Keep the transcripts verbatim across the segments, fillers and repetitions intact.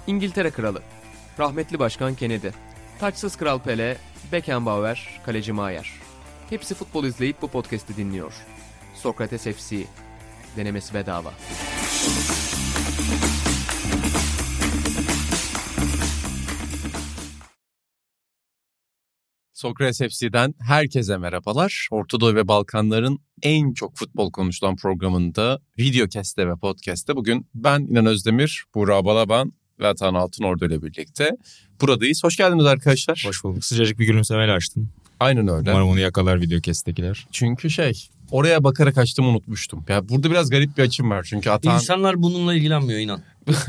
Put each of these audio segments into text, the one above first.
İngiltere Kralı, rahmetli Başkan Kennedy, taçsız Kral Pele, Beckenbauer, Kaleci Maier. Hepsi futbol izleyip bu podcast'i dinliyor. Sokrates F C, denemesi bedava. Sokrates F C'den herkese merhabalar. Orta Doğu ve Balkanların en çok futbol konuşulan programında, Videocast'te ve Podcast'te bugün ben İnan Özdemir, Burak Balaban ve Atahan Altınordu ile birlikte buradayız. Hoş geldiniz arkadaşlar. Hoş bulduk. Sıcacık bir gülümsemeyle açtın. Aynen öyle. Umarım onu yakalar Videocast'tekiler. Çünkü şey, oraya bakarak açtım, unutmuştum. Ya burada biraz garip bir açım var çünkü Atahan... İnsanlar bununla ilgilenmiyor inan.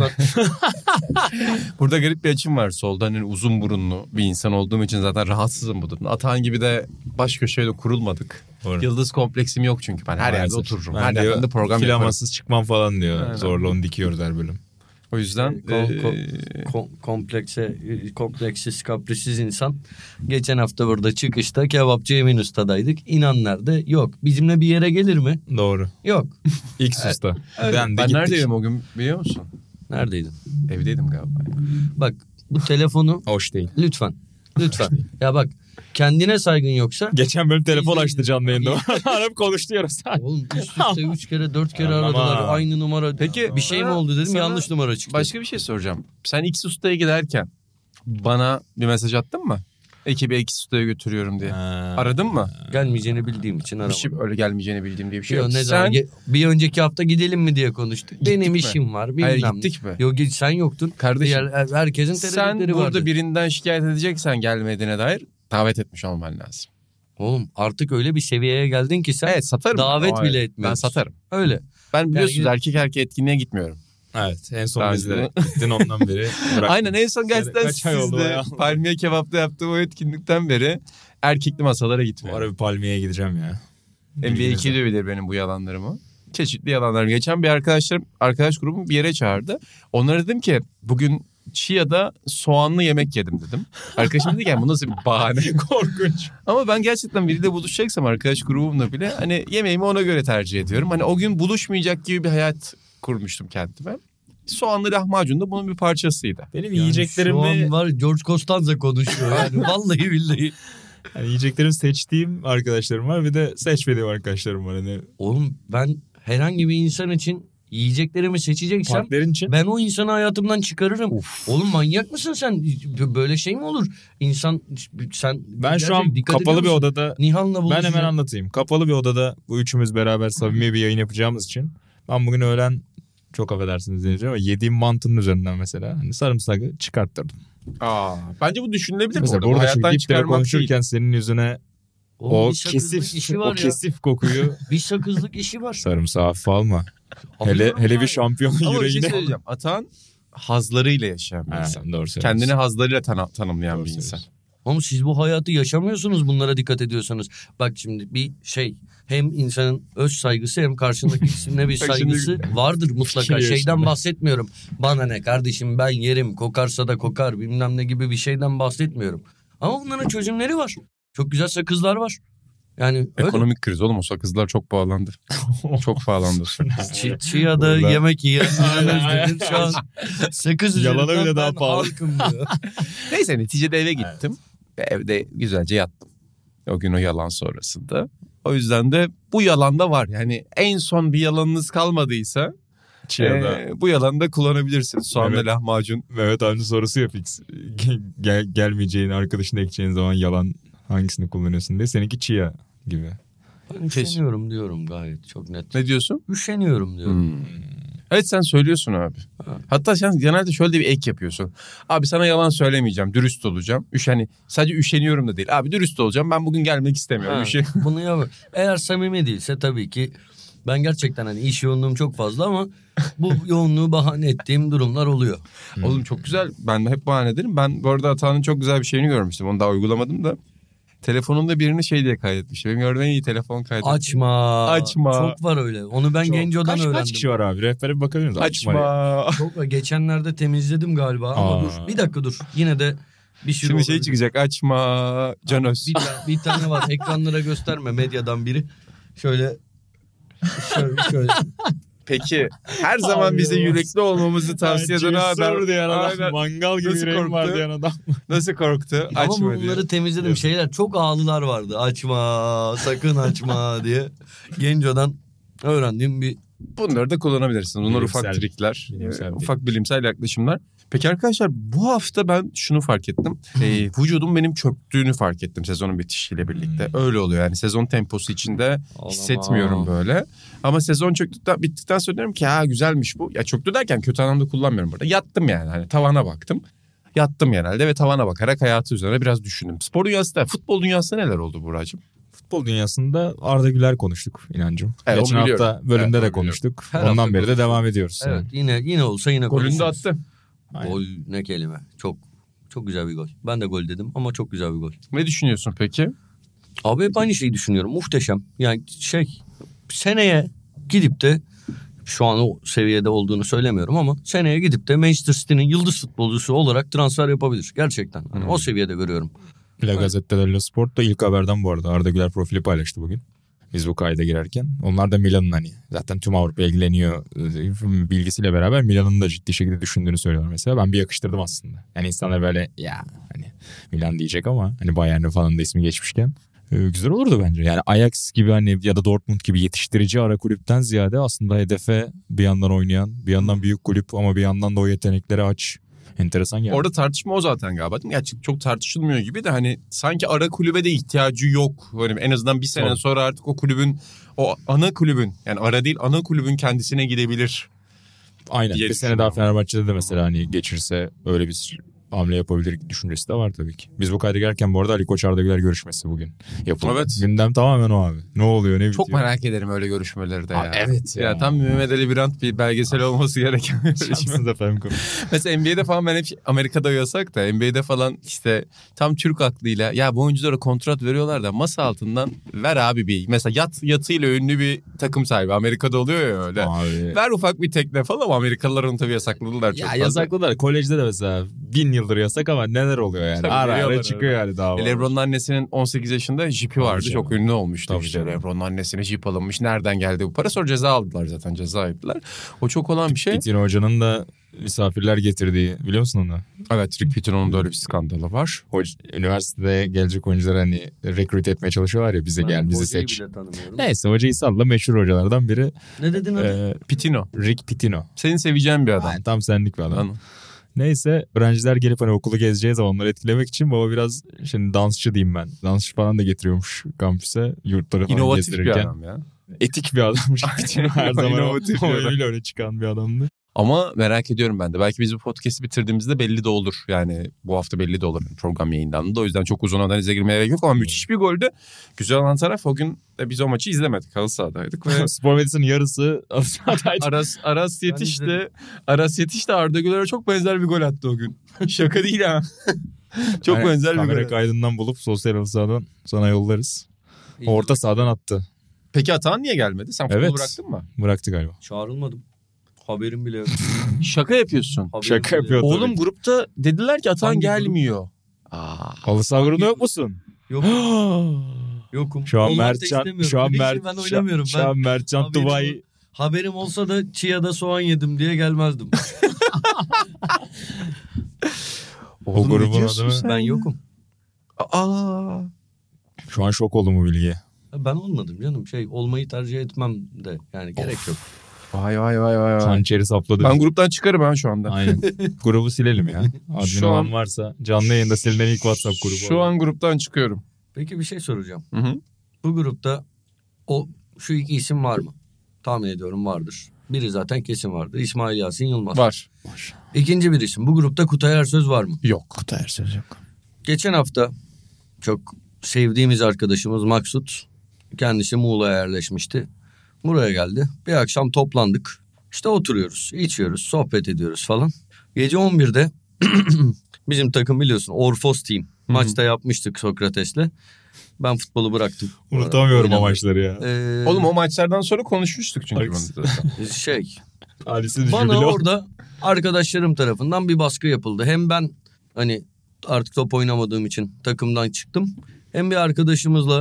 Burada garip bir açım var solda. Hani uzun burunlu bir insan olduğum için zaten rahatsızım bu durumda. Atahan gibi de baş köşeyle kurulmadık. Doğru. Yıldız kompleksim yok çünkü ben her yerde otururum. Her yerde de program yaparım. Filamansız çıkmam falan diyor. Aynen. Zorla onu dikiyoruz her bölüm. O yüzden Kom, kom, ee... kom, komplekse, kompleksiz, kaprisiz insan. Geçen hafta burada çıkışta kebapçı Emin Usta'daydık. İnan nerede? Yok. Bizimle bir yere gelir mi? Doğru. Yok. İlk usta. Evet. Ben de ben gittik. neredeydim o gün biliyor musun? Neredeydin? Evdeydim galiba. Bak bu telefonu Hoş değil. lütfen. Lütfen. Ya bak kendine saygın yoksa. Geçen bölüm telefon İyi- açtı canlı yayında. Arap konuşuyoruz. Oğlum üst üste üç kere dört kere Tamam. aradılar. Aynı numara. Peki, bir şey mi sana- oldu dedim, sana yanlış numara çıktı. Başka bir şey soracağım. Sen X Usta'ya giderken bana bir mesaj attın mı? Ekibi X Usta'ya götürüyorum diye. Ha. Aradın mı? Gelmeyeceğini bildiğim için Bir aramadım. şey öyle gelmeyeceğini bildiğim diye bir şey Yo, yok. ne zaman Sen ge- bir önceki hafta gidelim mi diye konuştuk. Benim mi? işim var. Hayır, Bilmem. gittik mi? Yok sen yoktun. Kardeşim, Diğer, herkesin sen tereddütleri burada vardı. birinden şikayet edeceksen gelmediğine dair davet etmiş olman lazım. Oğlum artık öyle bir seviyeye geldin ki sen Evet, satarım. davet Aa, bile evet. etmiyorsun. Ben satarım. Öyle. Ben biliyorsunuz Yani- erkek erkeğe etkinliğe gitmiyorum. Evet, en son Daha bizde önce- gittin ondan beri bıraktın. Aynen, en son gerçekten Kaç ay oldu sizde ya? Palmiye Kebap'ta yaptığım o etkinlikten beri erkekli masalara Bu gitmiyorum. ara bir palmiyeye gideceğim ya. N B A iki de bilir benim bu yalanlarımı. Çeşitli yalanlar. Geçen bir arkadaşlarım, arkadaş grubum bir yere çağırdı. Onlara dedim ki bugün Chia'da soğanlı yemek yedim dedim. Arkadaşım dedi ki yani bu nasıl bir bahane? Korkunç. Ama ben gerçekten biriyle buluşacaksam arkadaş grubumla bile hani yemeğimi ona göre tercih ediyorum. Hani o gün buluşmayacak gibi bir hayat kurmuştum kendime. Soğanlı lahmacun da bunun bir parçasıydı. Benim Yani yiyeceklerimi... şu an var George Costanza konuşuyor yani. Vallahi billahi. Yani yiyeceklerimi seçtiğim arkadaşlarım var, bir de seçmediğim arkadaşlarım var. Hani Oğlum ben herhangi bir insan için yiyeceklerimi seçeceksem partnerin için. ben o insanı hayatımdan çıkarırım. Uf. Oğlum manyak mısın sen? Böyle şey mi olur? İnsan sen Ben şu an gerçekten dikkat kapalı ediyor bir musun? odada... Nihan'la Ben buluşacağım. hemen anlatayım. Kapalı bir odada bu üçümüz beraber samimi bir yayın yapacağımız için ben bugün öğlen, çok affedersiniz diyeceğim ama yediğim mantının üzerinden mesela hani sarımsağı çıkarttırdım. Aa, bence bu düşünülebilir. Mesela bu arada. Bu burada şimdi hayattan dip dibe çıkarmak konuşurken değil. senin yüzüne Oğlum o bir sakızlık kesif işi o var ya. kesif kokuyu Bir sakızlık işi var. sarımsağı hafife alma. hele Alıyorum hele yani. bir şampiyonun Ama bir şey yüreğine. söyleyeceğim. Atan hazlarıyla yaşayan bir Ha, insan. doğru söylüyorsun. Kendini hazlarıyla tanı- tanımlayan Doğru bir insan. söylüyorsun. Ama siz bu hayatı yaşamıyorsunuz bunlara dikkat ediyorsanız. Bak şimdi bir şey hem insanın öz saygısı hem karşındakisine bir Bak saygısı şimdi- vardır mutlaka. Geliyor Şeyden şimdi. bahsetmiyorum. Bana ne kardeşim ben yerim kokarsa da kokar bilmem ne gibi bir şeyden bahsetmiyorum. Ama bunların çözümleri var. Çok güzel sakızlar var. Yani öyle. Ekonomik kriz oğlum, o sakızlar çok pahalandı. çok pahalandı. Çi- Çiğa'da Vallahi- yemek yiyen Özdemir'in şu an sakız Yalana üzerinden bile daha ben pahalı. halkım diyor. Neyse, neticede eve gittim. Ve evde güzelce yattım. O gün o yalan sonrasında. O yüzden de bu yalan da var. Yani en son bir yalanınız kalmadıysa Çiğa'da. e, bu yalanı da kullanabilirsiniz. Soğanlı Evet. lahmacun. Mehmet Avcı sorusu yap X. Gel, gelmeyeceğin arkadaşını ekeceğin zaman yalan hangisini kullanıyorsun diye. Seninki Chia gibi. Ben üşeniyorum diyorum gayet çok net. Ne diyorsun? Üşeniyorum diyorum. Hmm. Evet, sen söylüyorsun abi. Ha. Hatta sen genelde şöyle de bir ek yapıyorsun. Abi sana yalan söylemeyeceğim, dürüst olacağım. Üş, hani sadece üşeniyorum da değil. Abi dürüst olacağım, ben bugün gelmek istemiyorum. Ha, Üşen- bunu yap. Eğer samimi değilse tabii ki ben gerçekten hani iş yoğunluğum çok fazla ama bu yoğunluğu bahane ettiğim durumlar oluyor. Oğlum çok güzel. Ben de hep bahane ederim. Ben bu arada Atahan'ın çok güzel bir şeyini görmüştüm. Onu daha uygulamadım da. Telefonunda birini şey diye kaydetmiş. Benim gördüğüm en iyi telefon kaydetmiş. Açma. Açma. Çok var öyle. Onu ben Çok. Genco'dan kaç, öğrendim. Kaç kişi var abi? Rehbere bir bakabilir miyiz? Açma. Çok var. Geçenlerde temizledim galiba ama Aa. dur. Bir dakika dur. Yine de bir sürü Şimdi şey olabilir. çıkacak. Açma. Canos. Bir, ta- bir tane var. Ekranlara gösterme medyadan biri. Şöyle şöyle şöyle. Peki her zaman bize yürekli olmamızı tavsiye eden adam. Aynen. Mangal gibi Nasıl yüreğim var korktu? diyen adam. Nasıl korktu? Ama Açma diye. bunları temizledim. Şeyler çok ağlılar vardı. Açma, sakın açma diye. Genco'dan öğrendiğim bir... Bunları da kullanabilirsiniz. Bunlar Bilimsel, ufak trikler, bilimsel e, değil. ufak bilimsel yaklaşımlar. Peki arkadaşlar bu hafta ben şunu fark ettim. e, vücudum benim çöktüğünü fark ettim sezonun bitişiyle birlikte. Hmm. Öyle oluyor yani sezon temposu içinde Ağlama. hissetmiyorum böyle. Ama sezon çöktükten bittikten sonra diyorum ki ha güzelmiş bu. Ya çöktü derken kötü anlamda kullanmıyorum burada. Yattım yani hani tavana baktım. Yattım genelde ve tavana bakarak hayatı üzerine biraz düşündüm. Spor dünyasında, futbol dünyasında neler oldu Buracığım? Futbol dünyasında Arda Güler konuştuk inancım. Evet, Geçen onu biliyorum. hafta bölümde Evet, de onu konuştuk. Her Ondan hafta beri de konuşuyoruz. devam ediyoruz. Evet yine yine olsa yine Golünü de konuşuruz. attı. Aynen. Gol ne kelime. Çok çok güzel bir gol. Ben de gol dedim ama çok güzel bir gol. Ne düşünüyorsun peki? Abi hep aynı şeyi düşünüyorum. Muhteşem. Yani şey seneye gidip de şu an o seviyede olduğunu söylemiyorum ama seneye gidip de Manchester City'nin yıldız futbolcusu olarak transfer yapabilir. Gerçekten. Hani Hmm. o seviyede görüyorum. La Gazzetta dello Sport da ilk haberden bu arada Arda Güler profili paylaştı bugün. Biz bu kayda girerken. Onlar da Milan'ın hani zaten tüm Avrupa ilgileniyor bilgisiyle beraber Milan'ın da ciddi şekilde düşündüğünü söylüyorlar mesela. Ben bir yakıştırdım aslında. Yani insanlar böyle ya hani Milan diyecek ama hani Bayern'in falan da ismi geçmişken. Ee, güzel olurdu bence. Yani Ajax gibi hani ya da Dortmund gibi yetiştirici ara kulüpten ziyade aslında hedefe bir yandan oynayan, bir yandan büyük kulüp ama bir yandan da o yetenekleri aç. Enteresan geldi. Orada tartışma o zaten galiba. Değil mi? Gerçi çok tartışılmıyor gibi de hani sanki ara kulübe de ihtiyacı yok. Hani en azından bir sene Tabii. sonra artık o kulübün, o ana kulübün yani ara değil ana kulübün kendisine gidebilir. Aynen. diye Bir sene daha düşünüyorum. Fenerbahçe'de de mesela hani geçirse öyle bir hamle yapabilir düşüncesi de var tabii ki. Biz bu kayda gelirken bu arada Ali Koç Arda Güler görüşmesi bugün yapıldı. Evet. Gündem tamamen o abi. Ne oluyor ne Çok bitiyor? merak ederim öyle görüşmeleri de Aa, ya. evet ya. Ya tam Mehmet Ali Birant bir belgesel olması gereken bir görüşme. Şansınız efendim. Mesela N B A'de falan ben hep Amerika'da yasak da N B A'de falan işte tam Türk aklıyla ya bu oyunculara kontrat veriyorlar da masa altından ver abi bir. Mesela yat yatıyla ünlü bir takım sahibi Amerika'da oluyor ya öyle. Abi. Ver ufak bir tekne falan ama Amerikalılar onu tabii yasakladılar çok Ya fazla. yasakladılar. Kolejde de mesela bin yıldır yasak ama neler oluyor yani. Tabii ara veriyorlar ara çıkıyor öyle. yani dava. E, LeBron'un annesinin on sekiz yaşında jipi Tabii vardı. canım. Çok ünlü olmuştu Tabii işte. canım. LeBron'un annesine jip alınmış. Nereden geldi bu para? Sonra ceza aldılar zaten. Ceza ettiler. O çok olan bir şey. Pitino Hoca'nın da misafirler getirdiği biliyor musun onu? Evet, Rick Pitino'nun da öyle bir skandalı var. Hoca, üniversitede gelecek oyuncuları hani recruit etmeye çalışıyorlar ya bize gel bizi hocayı seç. bile tanımıyorum. Neyse hocayı salla meşhur hocalardan biri. Ne dedin adı? Ee, Pitino. Rick Pitino. Senin seveceğin bir adam. Yani tam senlik bir adam. Anladın? Neyse öğrenciler gelip hani okulu gezeceği zaman onları etkilemek için baba biraz şimdi dansçı diyeyim ben. Dansçı falan da getiriyormuş kampüse yurtları falan İnovatif bir gezdirirken. adam ya. Etik bir adammış. Her zaman İnovatif bir o adam. oyunuyla öne çıkan bir adamdı. Ama merak ediyorum ben de. Belki biz bu podcast'i bitirdiğimizde belli de olur. Yani bu hafta belli de olur. Program yayınlandı. O yüzden çok uzun analize girmeye gerek yok ama müthiş bir goldü. Güzel olan taraf o gün de biz o maçı izlemedik. Halı sahadaydık ve Spor Medis'in yarısı sahadaydı. Aras, Aras yetişti. izledim. Aras yetişti Arda Güler'e çok benzer bir gol attı o gün. Şaka değil ha. Çok Yani benzer bir kamera gol. kaydından bulup sosyal halı sahadan sana yollarız. Orta sahadan attı. Peki Atahan niye gelmedi? Sen futbolu Evet. bıraktın mı? Bıraktı galiba. Çağrılmadım. Haberim bile yok. Şaka yapıyorsun. Haberim Şaka bile yok. yapıyor. Oğlum tabii. grupta dediler ki Atahan Hangi grup? gelmiyor. Aa. Halı saha grubunda yok musun? Yok. Yokum. Şu an Olmak da Mertcan, istemiyorum. şu an Öyle Mert, şey ben şu, oynamıyorum. şu Ben an Mertcan haberim Tuvay. ol- haberim olsa da çiğ soğan yedim diye gelmezdim. O Oğlum ne grubun diyorsun adamı- sen Ben ya? yokum. Aa. Şu an şok oldum bu bilgiye. Ben olmadım canım. Şey olmayı tercih etmem de. Yani gerek yok. Vay vay vay vay. vay. Hançeri sapladı. Ben gruptan çıkarım ha şu anda. Aynen. Grubu silelim ya. Admin Şu olan an- varsa canlı yayında silinen ilk WhatsApp grubu. Şu an gruptan çıkıyorum. Peki bir şey soracağım. Hı hı. Bu grupta o şu iki isim var mı? Tahmin ediyorum vardır. Biri zaten kesin vardır. İsmail Yasin Yılmaz. Var. İkinci bir isim. Bu grupta Kutay Ersöz var mı? Yok. Kutay Ersöz yok. Geçen hafta çok sevdiğimiz arkadaşımız Maksut kendisi Muğla'ya yerleşmişti. Buraya geldi. Bir akşam toplandık. İşte oturuyoruz, içiyoruz, sohbet ediyoruz falan. Gece on birde bizim takım biliyorsun Orfos Team. Maçta yapmıştık Sokrates'le. Ben futbolu bıraktım. Unutamıyorum o Oynamıyorum. maçları ya. Ee, Oğlum o maçlardan sonra konuşmuştuk çünkü bunu Haklısın. zaten. şey Ali'sin bana jübile. orada arkadaşlarım tarafından bir baskı yapıldı. Hem ben hani artık top oynamadığım için takımdan çıktım. Hem bir arkadaşımızla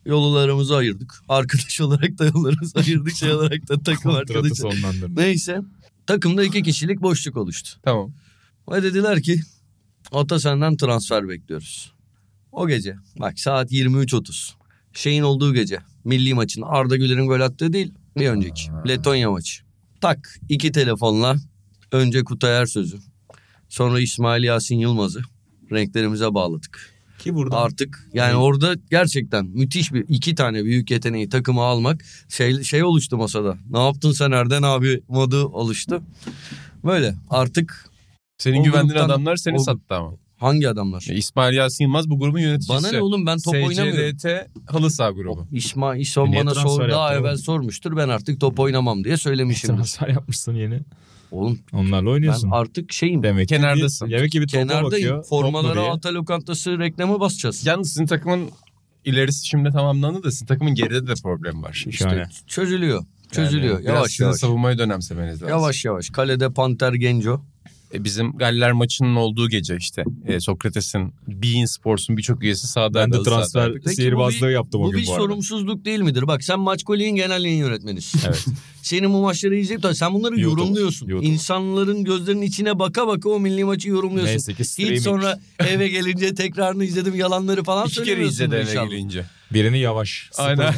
yollarımızı ayırdık. Arkadaş olarak da yollarımızı ayırdık. Şey olarak da takım Kontratı arkadaşı. sonlandırdı. Neyse. Takımda iki kişilik boşluk oluştu. Tamam. Ve dediler ki Ata senden transfer bekliyoruz. O gece bak saat yirmi üç otuz. Şeyin olduğu gece. Milli maçın Arda Güler'in gol attığı değil. Bir önceki. Aa. Letonya maçı. Tak iki telefonla önce Kutay Ersöz'ü. Sonra İsmail Yasin Yılmaz'ı renklerimize bağladık. Ki burada Artık yani orada gerçekten müthiş bir iki tane büyük yeteneği takıma almak şey, şey oluştu masada. Ne yaptın sen Erden abi modu oluştu. Böyle artık Senin O güvendiğin gruptan- adamlar seni o- sattı ama. hangi adamlar? E, İsmail Yasin Yılmaz bu grubun yöneticisi. Bana ne oğlum ben top oynamıyorum. S C R T halı saha grubu. İsmail İson Niye bana transfer sor, daha yaptı evvel oğlum? sormuştur. Ben artık top oynamam diye söylemişimdir. transfer yapmışsın yeni. Oğlum Onlarla ben oynuyorsun. artık şeyim. Demek ki Kenardasın. Bir, demek ki bir topa Kenardayım. bakıyor. top mu Formalara diye. Ata Lokantası reklamı basacağız. Yalnız sizin takımın ilerisi şimdi tamamlandı da sizin takımın geride de problem var. Şahane. Çözülüyor. Çözülüyor. Yani biraz yavaş sizin yavaş. savunmayı da önemsemeniz lazım. Yavaş yavaş. Kalede Panter Genco. E, bizim Galler maçının olduğu gece işte e, Sokrates'in Bein Sports'un birçok üyesi sahada. Ben de transfer Peki bu sihirbazlığı bir- yaptım Bu o gün bir bu arada. sorumsuzluk değil midir? Bak sen Maç Golü'nün genel yayın yönetmenisin. Evet. Senin bu maçları izleyip de sen bunları YouTube, yorumluyorsun. YouTube. İnsanların gözlerinin içine baka baka o milli maçı yorumluyorsun. Neyse ki streaming. Hiç sonra eve gelince tekrarını izledim yalanları falan İki kere söylemiyorsun izledi eve inşallah. gelince. Birini yavaş. Aynen.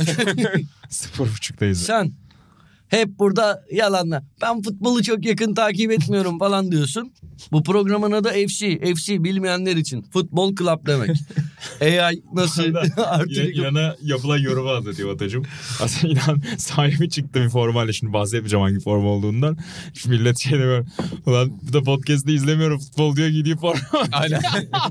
Sıfır buçukta izle. Sen hep burada yalanla ben futbolu çok yakın takip etmiyorum falan diyorsun. Bu programın adı F C. F C bilmeyenler için. Futbol Club demek. A I nasıl Yine, artık İnan'a yapılan yorumu anlatıyor Atacığım. Aslında İnan sahibi çıktı bir formayla. Şimdi bahsetmeyeceğim hangi forma olduğundan. Şimdi millet şey demiyor. Ulan bu da podcast'ı izlemiyorum futbol diyor gidiyor forma. Aynen.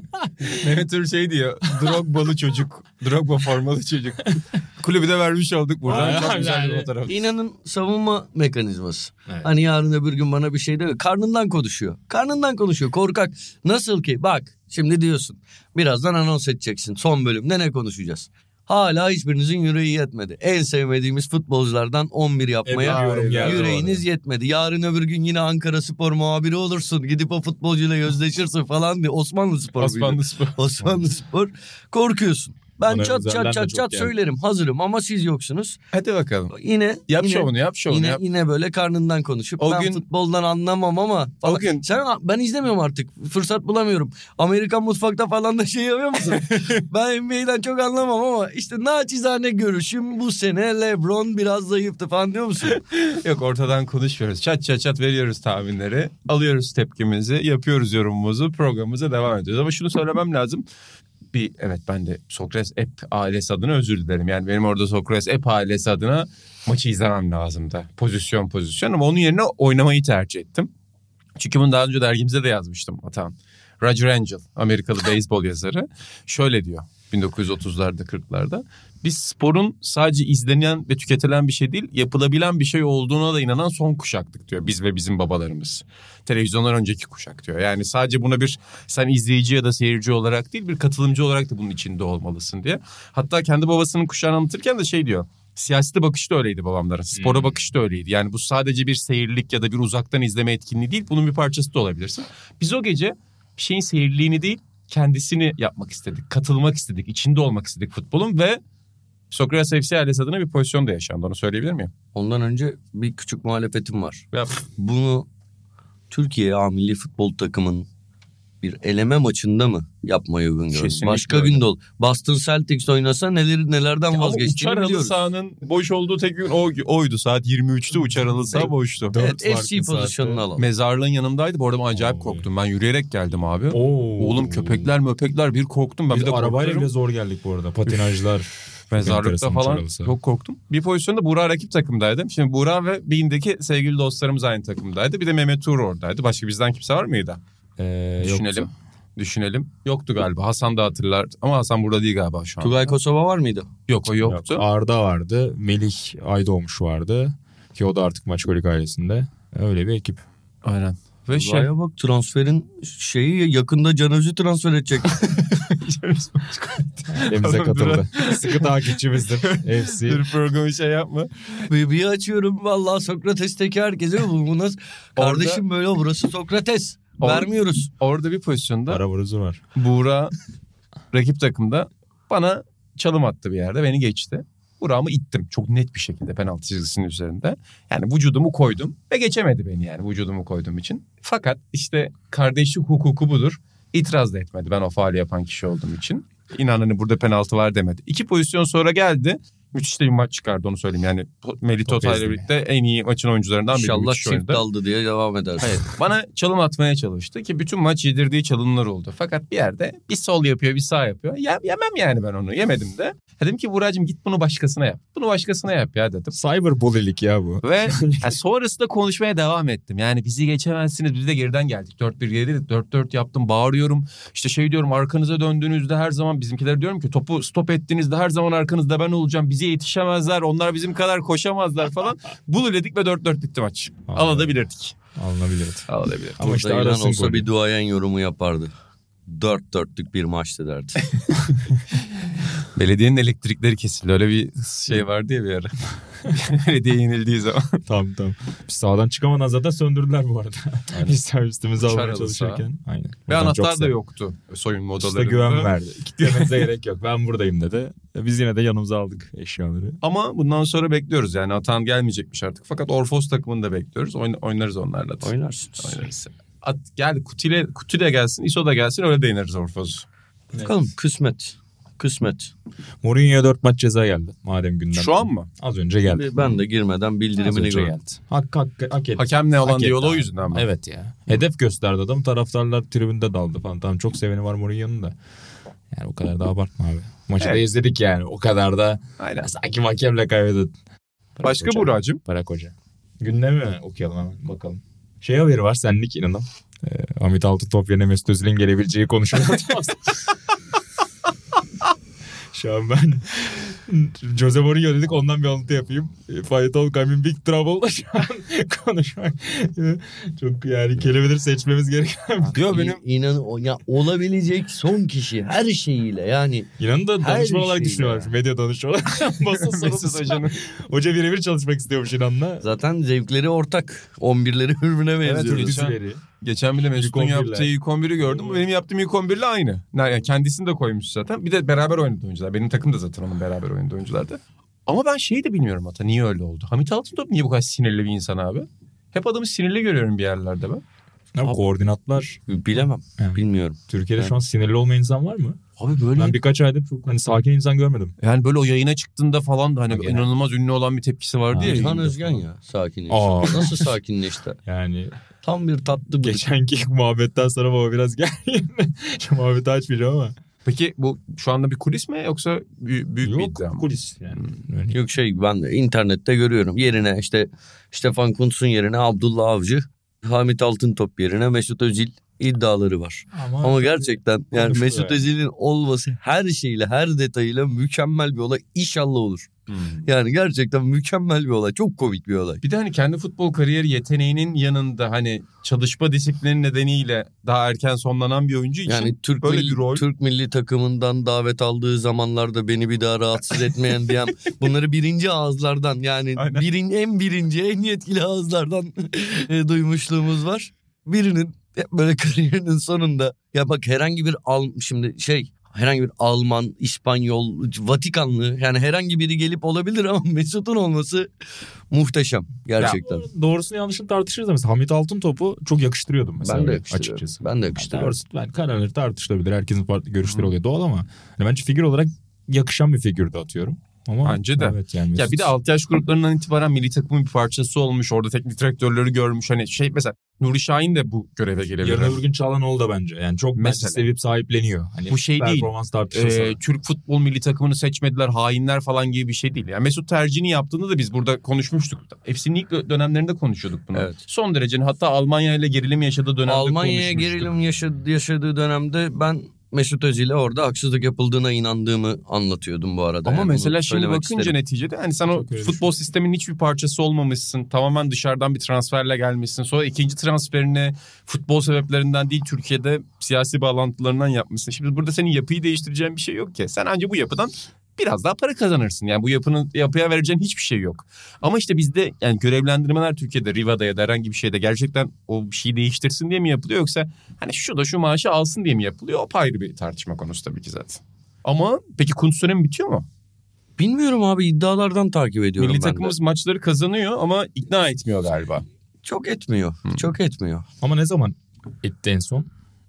Mehmet Ür şey diyor. Drogba'lı çocuk. Drogba formalı çocuk. Kulübü de vermiş olduk buradan. Aynen. Çok güzel bir Yani. fotoğraf. İnanın savunma mekanizması. Evet. Hani yarın öbür gün bana bir şey demiyor. Karnından konuşuyor. Karnından konuşuyor. Korkak. Nasıl ki? Bak şimdi diyorsun. Birazdan anons edeceksin. Son bölümde ne konuşacağız? Hala hiçbirinizin yüreği yetmedi. En sevmediğimiz futbolculardan on bir yapmaya Evet, yorum geldi yüreğiniz yetmedi. Yarın öbür gün yine Ankara Spor muhabiri olursun. Gidip o futbolcuyla özdeşirsin falan diye. Osmanlı Spor muydu? Osmanlı Spor. Osmanlı Spor. Korkuyorsun. Ben Bana çat özelden çat de çat çok çat geldi. söylerim. Hazırım ama siz yoksunuz. Hadi bakalım. Yine Yap yine, şovunu yap şovunu yine, yap. yine böyle karnından konuşup O ben gün- futboldan anlamam ama falan. O gün- Sen, ben izlemiyorum artık. Fırsat bulamıyorum. Amerikan mutfakta falan da şey yapıyor musun? Ben N B A'den çok anlamam ama işte naçizane görüşüm bu sene LeBron biraz zayıftı falan diyor musun? Yok ortadan konuşmuyoruz. Çat çat çat veriyoruz tahminleri. Alıyoruz tepkimizi. Yapıyoruz yorumumuzu. Programımıza devam ediyoruz. Ama şunu söylemem lazım. Bir evet ben de Sokrates Ep ailesi adına özür dilerim. Yani benim orada Sokrates Ep ailesi adına maçı izlemem lazımdı. Pozisyon pozisyon ama onun yerine oynamayı tercih ettim. Çünkü bunu daha önce dergimize de yazmıştım Atan. Roger Angel, Amerikalı beyzbol yazarı şöyle diyor bin dokuz yüz otuzlarda kırklarda. Biz sporun sadece izlenen ve tüketilen bir şey değil, yapılabilen bir şey olduğuna da inanan son kuşaktık diyor. Biz ve bizim babalarımız. Televizyondan önceki kuşak diyor. Yani sadece buna bir sen izleyici ya da seyirci olarak değil bir katılımcı olarak da bunun içinde olmalısın diye. Hatta kendi babasının kuşağını anlatırken de şey diyor. Siyasete bakışı da öyleydi babamların. Spora Hmm. bakışı da öyleydi. Yani bu sadece bir seyirlik ya da bir uzaktan izleme etkinliği değil. Bunun bir parçası da olabilirsin. Biz o gece bir şeyin seyirliğini değil kendisini yapmak istedik. Katılmak istedik. İçinde olmak istedik futbolun ve Sokrates F C ailesi adına bir pozisyon da yaşandı. Onu söyleyebilir miyim? Ondan önce bir küçük muhalefetim var. Yap. Bunu Türkiye A Milli Futbol Takımı'nın bir eleme maçında mı yapmayı uygun gördüm? Kesinlikle Başka öyle. günde ol. Boston Celtics oynasa neler, nelerden Ama vazgeçtiğini uçar halı biliyoruz. sahanın boş olduğu tek gün o, oydu. Saat yirmi üçte uçar halı saha Evet. boştu. Dört Evet F C farklı pozisyonunu saatte. alalım. Mezarlığın yanımdaydı. Bu arada ben acayip Oy. korktum. Ben yürüyerek geldim abi. Oo. Oğlum köpekler möpekler bir korktum. Ben Biz bir de arabayla korkarım. bile zor geldik bu arada. Patinajlar. Mezarlıkta enteresan falan uçar çok korktum. Bir pozisyonda Buğra rakip takımdaydım. Şimdi Buğra ve Bey'indeki sevgili dostlarımız aynı takımdaydı. Bir de Mehmet Tuğrul oradaydı. Başka bizden kimse var mıydı? Ee, Düşünelim. yoksa. Düşünelim. Yoktu galiba. Hasan da hatırlar. Ama Hasan burada değil galiba şu an. Tugay Kosova var mıydı? Yok o yoktu. Yok, Arda vardı. Melih Aydoğmuş vardı. Ki o da artık Maçkolik ailesinde. Öyle bir ekip. Aynen. Ve şey. Tugay'a bak transferin şeyi yakında Can Öz'ü transfer edecek. Elimize Tamam, katıldı. Sıkı takipçimizdir. F C. Bir programı şey yapma. bir, bir açıyorum vallahi Sokrates'teki herkese bu, bu nasıl? Kardeşim böyle burası Sokrates. Orada- Vermiyoruz. Orada bir pozisyonda Ara vuruzu var. Buğra rakip takımda bana çalım attı bir yerde, beni geçti. Burak'ımı ittim çok net bir şekilde penaltı çizgisinin üzerinde. Yani vücudumu koydum ve geçemedi beni yani vücudumu koyduğum için. Fakat işte kardeşlik hukuku budur. İtiraz da etmedi ben o faali yapan kişi olduğum için. İnan hani burada penaltı var demedi. İki pozisyon sonra geldi. Müthiş de bir maç çıkardı onu söyleyeyim. Yani Melih Totay ile birlikte en iyi maçın oyuncularından biri. İnşallah çift oynadı. Daldı diye devam edersin. Hayır, bana çalım atmaya çalıştı ki bütün maç yedirdiği çalımlar oldu. Fakat bir yerde bir sol yapıyor bir sağ yapıyor. Yem, yemem yani ben onu yemedim de. Dedim ki Buracığım git bunu başkasına yap. Bunu başkasına yap ya dedim. Cyberbully'lik ya bu. Ve yani sonrasında konuşmaya devam ettim. Yani bizi geçemezsiniz, biz de geriden geldik. dört bir geridedik, dört dört yaptım, bağırıyorum. İşte şey diyorum, arkanıza döndüğünüzde her zaman bizimkiler diyorum ki topu stop ettiğinizde her zaman arkanızda ben olacağım. Bize yetişemezler, onlar bizim kadar koşamazlar falan. Bululedik ve dört dört bitti maç. Alabilirdik. Alınabilirdi. Alabilirdik. Ama işte İlhan olsa golü. Bir duayen yorumu yapardı. Dört dörtlük bir maçtı derdi. Belediyenin elektrikleri kesildi. Öyle bir şey vardı ya bir ara. Belediye yenildiği zaman. Tamam tamam. Biz sağdan çıkamadan zaten söndürdüler bu arada. Biz servisimizi almaya çalışırken. Aynen. Ve anahtar da yoktu soyunma odalarında. İşte güven verdi. Kitlemenize gerek yok. Ben buradayım dedi. Biz yine de yanımıza aldık eşyaları. Ama bundan sonra bekliyoruz yani. Atan gelmeyecekmiş artık. Fakat Orfos takımını da bekliyoruz. Oyn- oynarız onlarla da. Oynarsınız. Oynarız. At, gel Kutile, Kuti de gelsin, İso da gelsin, öyle de ineriz Orfos'u. Bakalım evet. kısmet. Kısmet. Mourinho'ya dört maç ceza geldi. Madem gündem. Şu an mı? Az önce geldi. Ben de girmeden bildirimini gördüm. Geldi. Hak, hak, hak etti. Hakem ne olan diyaloğu yüzünden mi? Evet ya. Hedef gösterdi adam. Taraftarlar tribünde daldı falan. Tamam çok seveni var Mourinho'nun da. Yani o kadar da abartma abi. Maçı evet. da izledik yani. O kadar da. Aynen. Sanki hakemle kaybedin. Başka Burak'cığım? Barak Hoca. Gündemi mi okuyalım hemen bakalım. Şey haberi var senlik inanın. Ee, Hamit Altıntop yerine Mesut Özil'in gelebileceği konuşuluyor. Şu an ben Jose Mourinho dedik ondan bir alıntı yapayım. Fayetol I'm in big trouble şu an konuşmak. Çok yani kelimeleri seçmemiz gereken. Diyor benim. İnan ya olabilecek son kişi her şeyiyle yani. İnanın da danışman olarak düşünüyorlar. Ya. Medya danışman olarak. Basın sorumlusu. Hoca birebir çalışmak istiyormuş İnan'la. Zaten zevkleri ortak. on birleri birbirine benziyor. Evet, geçen, geçen bile Mesut'un yaptığı ilk on biri gördüm. Bu benim yaptığım ilk on birle aynı. Yani kendisini de koymuş zaten. Bir de beraber oynadı oyuncular. Benim takım da zaten onun beraber oynadığı oyunculardı. Ama ben şeyi de bilmiyorum hatta niye öyle oldu. Hamit Altıntop niye bu kadar sinirli bir insan abi? Hep adamı sinirli görüyorum bir yerlerde ben. Abi, abi koordinatlar bilemem. Yani, bilmiyorum. Türkiye'de yani. şu an sinirli olmayan insan var mı? Abi böyle ben birkaç aydır çok hani sakin insan görmedim. Yani böyle o yayına çıktığında falan da hani ha, inanılmaz ünlü olan bir tepkisi vardı ha, ya. İlhan Özgen ya sakinleşti. Nasıl sakinleşti? Yani tam bir tatlı bıdık. Geçenki muhabbetten sonra baba biraz gergin. Şu muhabbeti açmayacağım ama. Peki bu şu anda bir kulis mi yoksa büyük, büyük bir iddia mı? Yok kulis yani. Hmm. Yok şey ben de internette görüyorum. Yerine işte Stefan Kuntz'un yerine Abdullah Avcı, Hamit Altıntop yerine Mesut Özil iddiaları var. Ama, Ama gerçekten yani Mesut yani. Özil'in olması her şeyle her detayıyla mükemmel bir olay. İnşallah olur. Hmm. Yani gerçekten mükemmel bir olay. Çok komik bir olay. Bir de hani kendi futbol kariyeri yeteneğinin yanında hani çalışma disiplini nedeniyle daha erken sonlanan bir oyuncu için yani Türk böyle milli, bir rol. Türk milli takımından davet aldığı zamanlarda beni bir daha rahatsız etmeyen diyen bunları birinci ağızlardan yani birin, en birinci en yetkili ağızlardan duymuşluğumuz var. Birinin böyle kariyerinin sonunda ya bak herhangi bir al şimdi şey herhangi bir Alman, İspanyol, Vatikanlı yani herhangi biri gelip olabilir ama Mesut'un olması muhteşem gerçekten. Ya, doğrusunu yanlışını tartışırız da mesela Hamit Altıntop'u çok yakıştırıyordum mesela. Ben de yakıştırıyorum. Açıkçası. Ben de yakıştırıyorum. Yani, yani kararları tartışılabilir. Herkesin farklı görüşleri oluyor doğal ama hani bence figür olarak yakışan bir figür de atıyorum. Ama bence de. Evet yani ya bir de alt yaş gruplarından itibaren milli takımın bir parçası olmuş. Orada teknik direktörleri görmüş. Hani şey mesela Nuri Şahin de bu göreve gelebilir. Yarın öbür gün Çağlanoğlu da bence. Yani çok mesela sevip sahipleniyor. Hani bu şey değil. E, Türk futbol milli takımını seçmediler, hainler falan gibi bir şey değil. Yani Mesut tercihini yaptığında da biz burada konuşmuştuk. Efsinlik dönemlerinde konuşuyorduk bunu. Evet. Son derece hatta Almanya ile gerilim yaşadığı dönemde Almanya'ya gerilim yaşadığı, yaşadığı dönemde ben Mesut Özil'e orada haksızlık yapıldığına inandığımı anlatıyordum bu arada. Ama yani mesela şimdi bakınca isterim. Neticede hani sen çok o futbol sisteminin hiçbir parçası olmamışsın. Tamamen dışarıdan bir transferle gelmişsin. Sonra ikinci transferini futbol sebeplerinden değil Türkiye'de siyasi bağlantılarından yapmışsın. Şimdi burada senin yapıyı değiştireceğin bir şey yok ki. Sen ancak bu yapıdan biraz daha para kazanırsın. Yani bu yapının yapıya vereceğin hiçbir şey yok. Ama işte bizde yani görevlendirmeler Türkiye'de Riva'da ya da herhangi bir şeyde gerçekten o bir şeyi değiştirsin diye mi yapılıyor yoksa hani şu da şu maaşı alsın diye mi yapılıyor? O ayrı bir tartışma konusu tabii ki zaten. Ama peki Kuntz dönemi bitiyor mu? Bilmiyorum abi, iddialardan takip ediyorum Milli ben takımımız de. maçları kazanıyor ama ikna etmiyor galiba. Çok etmiyor. Hmm. Çok etmiyor. Ama ne zaman etti en son?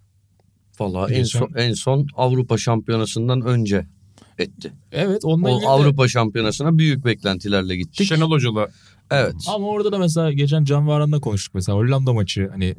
Vallahi en son, en son Avrupa Şampiyonası'ndan önce etti. Evet, onunla o ilgili Avrupa Şampiyonası'na büyük beklentilerle gittik. Şenol Hoca'la. Evet. Ama orada da mesela geçen Can Varan'la konuştuk mesela Hollanda maçı hani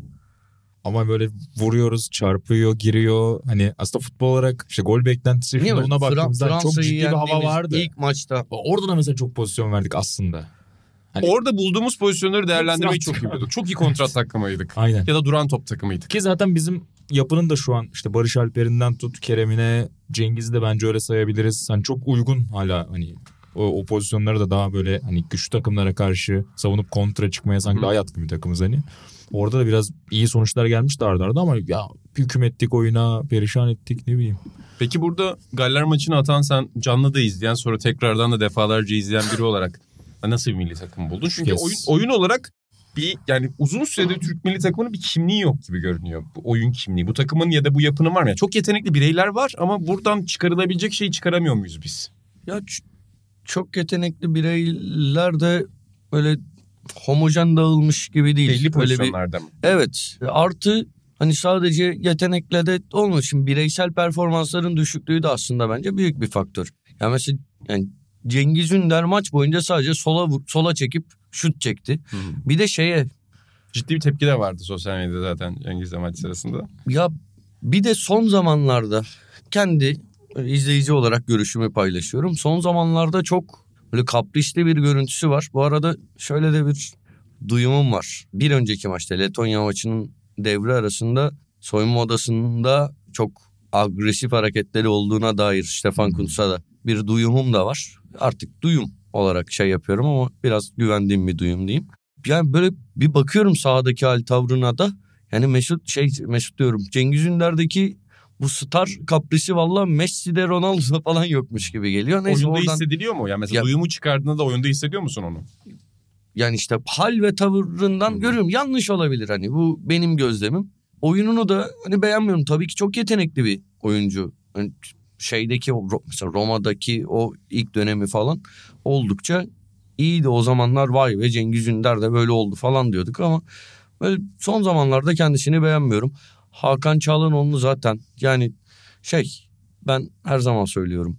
ama böyle vuruyoruz, çarpıyor, giriyor. Hani aslında futbol olarak işte gol beklentisi şuna buna baktığımızda Fra- çok ciddi bir hava vardı. İlk maçta. Orada da mesela çok pozisyon verdik aslında. Hani orada bulduğumuz pozisyonları değerlendirmeyi çok iyi biliyorduk. Çok iyi kontrat takımıydık. Aynen. Ya da duran top takımıydık. Ki zaten bizim yapının da şu an işte Barış Alper'inden tut Kerem'ine, Cengiz'i de bence öyle sayabiliriz. Hani çok uygun hala hani o, o pozisyonları da daha böyle hani güçlü takımlara karşı savunup kontra çıkmaya sanki Hı. daha yatkın bir takımız hani. Orada da biraz iyi sonuçlar gelmişti arda arda ama ya hüküm ettik oyuna, perişan ettik ne bileyim. Peki burada Galler maçını atan sen canlı da izleyen sonra tekrardan da defalarca izleyen biri olarak nasıl bir milli takım buldun? Çünkü yes. oyun, oyun olarak bir yani uzun süredir Türk milli takımının bir kimliği yok gibi görünüyor. Bu oyun kimliği. Bu takımın ya da bu yapının var mı? Yani çok yetenekli bireyler var ama buradan çıkarılabilecek şeyi çıkaramıyor muyuz biz? Ya ç- çok yetenekli bireyler de böyle homojen dağılmış gibi değil. Belli pozisyonlarda mı? Evet. Artı hani sadece yetenekle de olmuyor. Şimdi bireysel performansların düşüklüğü de aslında bence büyük bir faktör. Yani mesela yani Cengiz Ünder maç boyunca sadece sola sola çekip şut çekti. Hı hı. Bir de şeye ciddi bir tepki de vardı sosyal medyada zaten Cengiz'le maç sırasında. Ya bir de son zamanlarda kendi izleyici olarak görüşümü paylaşıyorum. Son zamanlarda çok böyle kaprisli bir görüntüsü var. Bu arada şöyle de bir duyumum var. Bir önceki maçta Letonya maçının devre arasında soyunma odasında çok agresif hareketleri olduğuna dair Stefan Kuntz'a da bir duyumum da var. Artık duyum olarak şey yapıyorum ama biraz güvendiğim bir duyum diyeyim. Yani böyle bir bakıyorum sahadaki hal tavrına da yani Mesut şey Mesut diyorum Cengiz Ünder'deki bu star kaprisi valla Messi'de Ronaldo'da falan yokmuş gibi geliyor. Neyse, oyunda oradan hissediliyor mu? Yani mesela ya, duyumu çıkardığında da oyunda hissediyor musun onu? Yani işte hal ve tavırından hmm. görüyorum. Yanlış olabilir hani bu benim gözlemim. Oyununu da hani beğenmiyorum. Tabii ki çok yetenekli bir oyuncu. Yani şeydeki o mesela Roma'daki o ilk dönemi falan oldukça iyiydi. O zamanlar vay ve Cengiz Ünder de böyle oldu falan diyorduk ama böyle son zamanlarda kendisini beğenmiyorum. Hakan Çalhanoğlu zaten yani şey ben her zaman söylüyorum.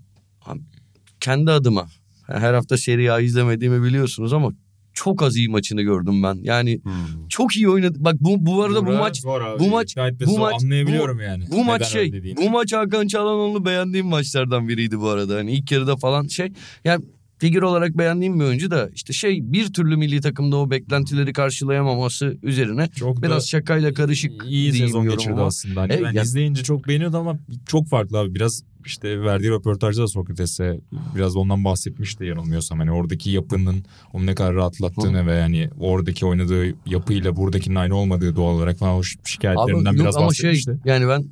Kendi adıma her hafta Serie A izlemediğimi biliyorsunuz ama çok az iyi maçını gördüm ben. Yani hmm. çok iyi oynadı. Bak bu bu arada Bura, bu maç bu maç bu maç anlayabiliyorum bu, yani. Bu maç şey bu maç Hakan Çalhanoğlu beğendiğim maçlardan biriydi bu arada. Hani ilk yarıda falan şey yani figür olarak beğendiğim bir oyuncu da işte şey bir türlü milli takımda o beklentileri karşılayamaması üzerine çok biraz şakayla karışık iyi sezon geçirdi ama. aslında. Hani evet, ben yani, izleyince çok beğeniyordum ama çok farklı abi. Biraz işte verdiği röportajda da Sokrates'e biraz ondan bahsetmişti yanılmıyorsam. Hani oradaki yapının onu ne kadar rahatlattığını Hı. ve yani oradaki oynadığı yapıyla buradakinin aynı olmadığı doğal olarak falan o şikayetlerinden abi, biraz ama bahsetmişti. Şey, yani ben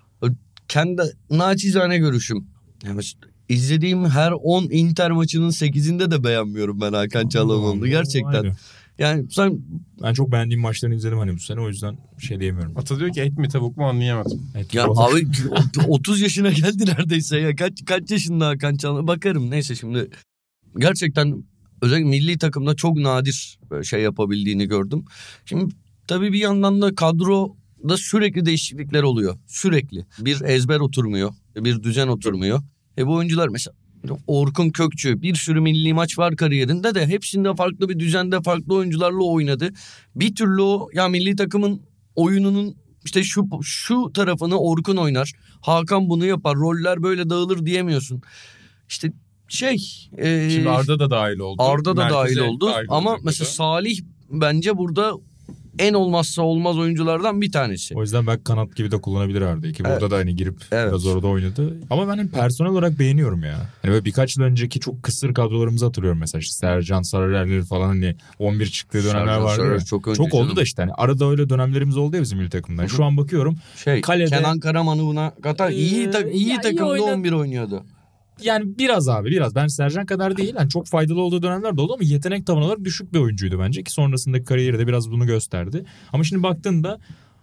kendi naçizane görüşüm. Yani İzlediğim her on Inter maçının sekizinde de beğenmiyorum ben Hakan Çalhanoğlu'nu gerçekten. Aynen. Yani sen ben çok beğendiğim maçlarını izledim hani bu sene o yüzden şey diyemiyorum. Ata diyor ki et mi tavuk mu anlayamadım. Et ya abi otuz yaşına geldi neredeyse ya. Kaç kaç yaşında Hakan Çalhanoğlu? Bakarım neyse şimdi. Gerçekten özellikle milli takımda çok nadir şey yapabildiğini gördüm. Şimdi tabii bir yandan da kadroda sürekli değişiklikler oluyor. Sürekli. Bir ezber oturmuyor. Bir düzen oturmuyor. E bu oyuncular mesela Orkun Kökçü bir sürü milli maç var kariyerinde de hepsinde farklı bir düzende farklı oyuncularla oynadı. Bir türlü o ya milli takımın oyununun işte şu şu tarafını Orkun oynar. Hakan bunu yapar. Roller böyle dağılır diyemiyorsun. İşte şey. E, Şimdi Arda da dahil oldu. Arda da dahil oldu dahil ama mesela da. Salih bence burada en olmazsa olmaz oyunculardan bir tanesi. O yüzden belki kanat gibi de kullanabilir Arda'yı ki burada evet. da hani girip evet. biraz orada oynadı. Ama ben personel olarak beğeniyorum ya. Hani böyle birkaç yıl önceki çok kısır kadrolarımızı hatırlıyorum mesela. İşte Sercan Sarıerler falan hani on bir çıktığı dönemler Sercan vardı ya. Çok, çok oldu da işte hani arada öyle dönemlerimiz oldu ya bizim milli takımdan. Şu an bakıyorum. Şey, kalede Kenan Karaman'ı buna katar. Ee, iyi ta- iyi ya takımda iyi on bir oynuyordu. Yani biraz abi biraz. Ben Sercan kadar değil. Yani çok faydalı olduğu dönemler de oldu ama yetenek tavanı olarak düşük bir oyuncuydu bence. Ki sonrasındaki kariyeri de biraz bunu gösterdi. Ama şimdi baktığında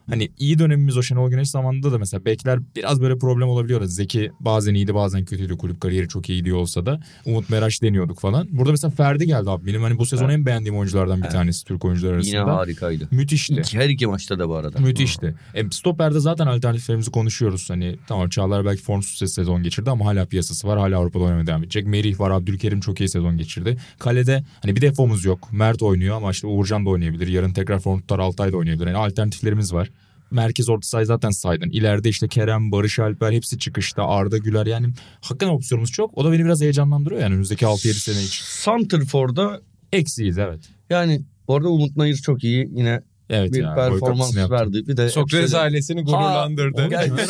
Hani iyi dönemimiz o Şenol Güneş zamanında da mesela bekler biraz böyle problem olabiliyordu. Zeki bazen iyiydi bazen kötüydü. Kulüp kariyeri çok iyi gidiyor olsa da. Umut Meraş deniyorduk falan. Burada mesela Ferdi geldi abi. Benim hani bu sezon en beğendiğim oyunculardan bir Evet. tanesi Türk oyuncular arasında. Yine harikaydı. Müthişti. İki, her iki maçta da bu arada. Müthişti. E, stoperde zaten alternatiflerimizi konuşuyoruz. Hani tamam Çağlar belki formsuz sezon geçirdi ama hala piyasası var. Hala Avrupa'da oynamaya devam edecek. Merih var. Abdülkerim çok iyi sezon geçirdi. Kalede hani bir defomuz yok. Mert oynuyor ama işte Uğurcan da oynayabilir. Yarın tekrar form tutar Altay da oynayabilir. Yani alternatiflerimiz var. Merkez orta sahayı zaten saydın. İleride işte Kerem, Barış Alper hepsi çıkışta. Arda Güler yani hakikaten opsiyonumuz çok. O da beni biraz heyecanlandırıyor yani önümüzdeki altı yedi sene için. Santrfor'da Eksiyiz evet. yani orada Umut Nayır çok iyi. Yine Evet bir ya, performans verdi. Bir de Sokrates hepsi de- ailesini gururlandırdı.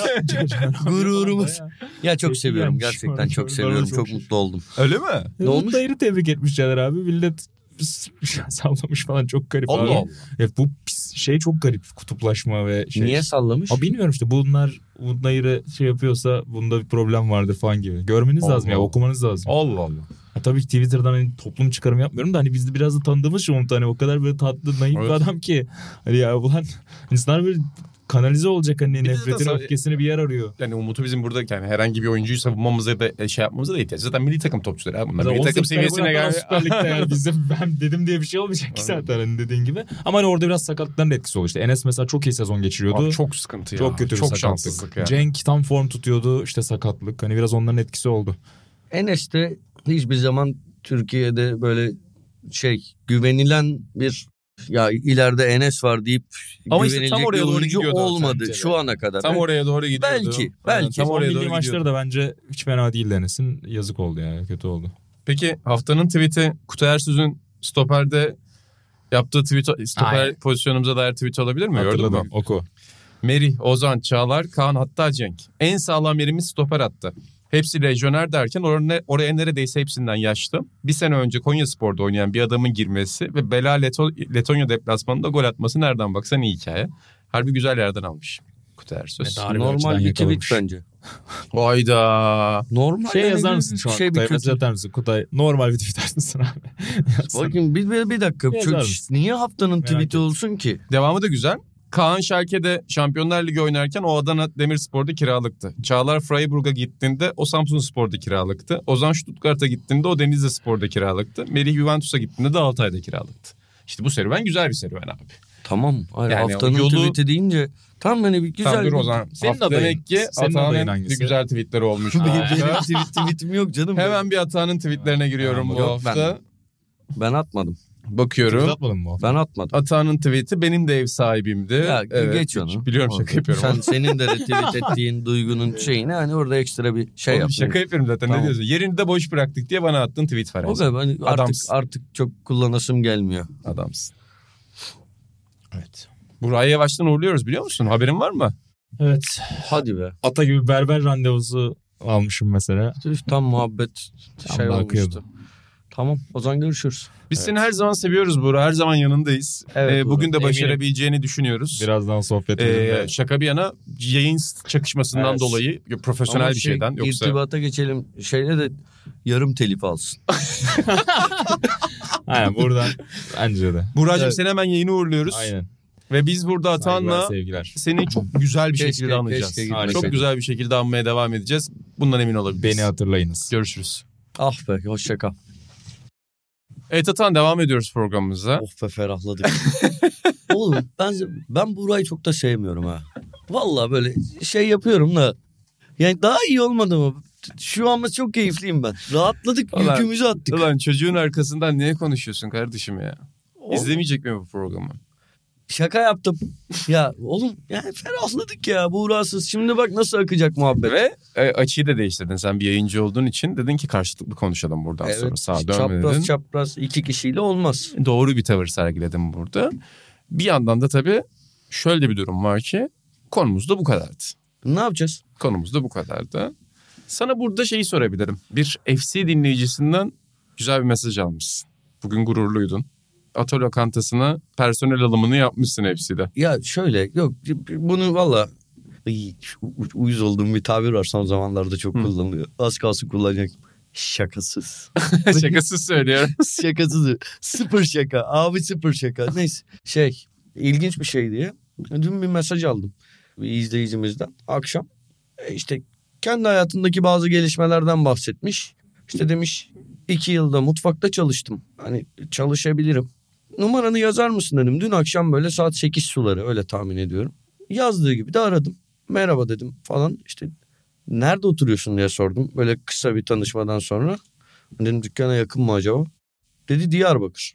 Gururumuz. Ya çok Peki seviyorum gelmiş gerçekten bana, çok bana seviyorum. çok Çok şaşırdım. mutlu oldum. Öyle mi? Ne olmuş? Umut Nayır'ı tebrik etmişler abi. Millet sallamış falan çok garip Allah abi. Allah. Evet, bu pis- şey çok garip kutuplaşma ve şey. Niye sallamış? Abi bilmiyorum işte bunlar Umut Nayır'ı şey yapıyorsa bunda bir problem vardır falan gibi. Görmeniz Allah lazım ya Allah. okumanız lazım. Allah Allah. Ha, tabii ki Twitter'dan hani toplum çıkarım yapmıyorum da hani biz de biraz da tanıdığımız şey Umut hani o kadar böyle tatlı naif Evet. bir adam ki. Hani ya ulan insanlar böyle kanalize olacak hani Bir de nefretini zaten- öfkesini bir yer arıyor. Yani Umut'u bizim burada yani herhangi bir oyuncuyu savunmamıza da şey yapmamıza da ihtiyaç. Zaten milli takım topçuları abi bunlar. Zaten Milli takım on sekiz tane gol seviyesine atan geldi. Süper Lig'de yani bizde ben dedim diye bir şey olmayacak ki zaten hani dediğin gibi. Ama hani orada biraz sakatlıkların da etkisi oldu işte. Enes mesela çok iyi sezon geçiriyordu. Abi çok sıkıntı ya. Çok kötü bir çok sakatlık. şanssızlık ya. Cenk tam form tutuyordu işte sakatlık. Hani biraz onların etkisi oldu. Enes de hiçbir zaman Türkiye'de böyle şey güvenilen bir ya ileride Enes var deyip Ama işte güvenilecek tam oraya bir doğru oyuncu gidiyordu olmadı bence de. şu ana kadar. Tam oraya doğru gidiyordu. Belki, Aynen, belki. tam Son oraya milli doğru maçları gidiyordu. da bence hiç fena değil Enes'in. Yazık oldu yani kötü oldu. Peki haftanın tweet'i Kutay Ersüz'ün stoperde yaptığı tweet, stoper Aynen. pozisyonumuza dair tweet olabilir mi? Gördün Hatırladım mü? oku. Merih, Ozan, Çağlar, Kaan hatta Cenk. En sağlam yerimiz stoper attı. Hepsi lejyoner derken oraya, oraya neredeyse hepsinden yaşlı. Bir sene önce Konyaspor'da oynayan bir adamın girmesi ve Bela Leto, Letonya deplasmanında gol atması nereden baksan iyi hikaye. Harbi güzel yerden almış Kutay Ersöz. Evet, harbi Normal açıdan bir tweet yakalamış. bence. Hayda. Normal. Şey yani yazar bir- mısın şu an şey bir Kutay? kötü. Mesaj atar mısın Kutay? Normal bir tweet atarsın abi. Yazsana. Bakın bir, bir, bir dakika. Yazar Çünkü mısın? niye haftanın Merak tweet'i ettim. olsun ki? Devamı da güzel. Kaan Şalke'de Şampiyonlar Ligi oynarken o Adana Demirspor'da kiralıktı. Çağlar Freiburg'a gittiğinde o Samsunspor'da kiralıktı. Ozan Stuttgart'a gittiğinde o Denizlispor'da kiralıktı. Merih Juventus'a gittiğinde de Altay'da kiralıktı. İşte bu serüven güzel bir serüven abi. Tamam. Hayır, Yani haftanın yolu- tweet'i deyince tam hani bir güzel. Tamam dur bir- o zaman. Senin Hafta adayın. demek ki Senin adayın Atağan'ın hangisi? bir güzel tweetleri olmuş. bu Benim hafta. tweet, tweet'im yok canım. Hemen bir Atağan'ın tweetlerine giriyorum bu Yok, hafta. Ben atmadım. Bakıyorum. Tweet atmadın mı? Ben atmadım. Atağan'ın tweet'i benim de ev sahibimdi. Ya Evet, geç onu. Biliyorum şaka yapıyorum. Sen senin de retweet ettiğin duygunun şeyini hani orada ekstra bir şey Oğlum, yap. şaka yapıyorum zaten Tamam. ne diyorsun? Yerini de boş bıraktık diye bana attın tweet var. O kadar hani artık Adamsın. artık çok kullanasım gelmiyor. Adamsın. Evet. Buraya yavaştan uğurluyoruz biliyor musun? Haberin var mı? Evet. Hadi be. Ata gibi berber randevusu almışım mesela. Üf, tam muhabbet Tam şey da olmuştu. akıyordu. Tamam o zaman görüşürüz. Biz seni her zaman seviyoruz Buğra. Her zaman yanındayız. Evet, Ee, bugün de Eminim. başarabileceğini düşünüyoruz. Birazdan sohbet Ee, bölümünde. şaka bir yana yayın çakışmasından Evet. dolayı profesyonel Ama bir şey, şeyden yoksa İrtibata geçelim şeyle de yarım telif alsın. Aynen buradan bence de. Buracığım Evet. seni hemen yayını uğurluyoruz. Aynen. Ve biz burada Saygılar, Atan'la sevgiler. seni çok güzel bir Keşke- şekilde anacağız. keşke Çok gitmeseydim. güzel bir şekilde anmaya devam edeceğiz. Bundan emin olabiliriz. Beni hatırlayınız. Görüşürüz. Ah be hoşça kal. Evet Atan devam ediyoruz programımıza. Oh be ferahladık. Oğlum ben ben Buray'ı çok da sevmiyorum ha. Vallahi böyle şey yapıyorum da yani daha iyi olmadı mı? Şu an çok keyifliyim ben. Rahatladık, Ulan- yükümüzü attık. Ulan çocuğun arkasından niye konuşuyorsun kardeşim ya? İzlemeyecek mi bu programı? Şaka yaptım. Ya oğlum yani ferahladık ya Buğra'sız. Şimdi bak nasıl akacak muhabbet. Ve e, açıyı da değiştirdin. Sen bir yayıncı olduğun için dedin ki karşılıklı konuşalım buradan sonra. Evet, Sağa dönme çapraz dedin. çapraz iki kişiyle olmaz. Doğru bir tavır sergiledim burada. Bir yandan da tabii şöyle bir durum var ki konumuz da bu kadardı. Ne yapacağız? Konumuz da bu kadardı. Sana burada şeyi sorabilirim. Bir F C dinleyicisinden güzel bir mesaj almışsın. Bugün gururluydun. Ato lokantasına personel alımını yapmışsın F C'de. Ya şöyle yok bunu valla Ay, u- uyuz olduğum bir tabir var son zamanlarda çok Hı. kullanılıyor. Az kalsın kullanacak. Şakasız. Şakasız söylüyorum. Şakasız. Sıfır şaka. Abi sıfır şaka. Neyse şey ilginç bir şey diye. Dün bir mesaj aldım bir izleyicimizden akşam. E işte kendi hayatındaki bazı gelişmelerden bahsetmiş. İşte demiş iki yılda mutfakta çalıştım. Hani çalışabilirim. Numaranı yazar mısın dedim. Dün akşam böyle saat sekiz suları öyle tahmin ediyorum. Yazdığı gibi de aradım. Merhaba dedim falan. İşte nerede oturuyorsun diye sordum. Böyle kısa bir tanışmadan sonra. Dedim dükkana yakın mı acaba? Dedi Diyarbakır.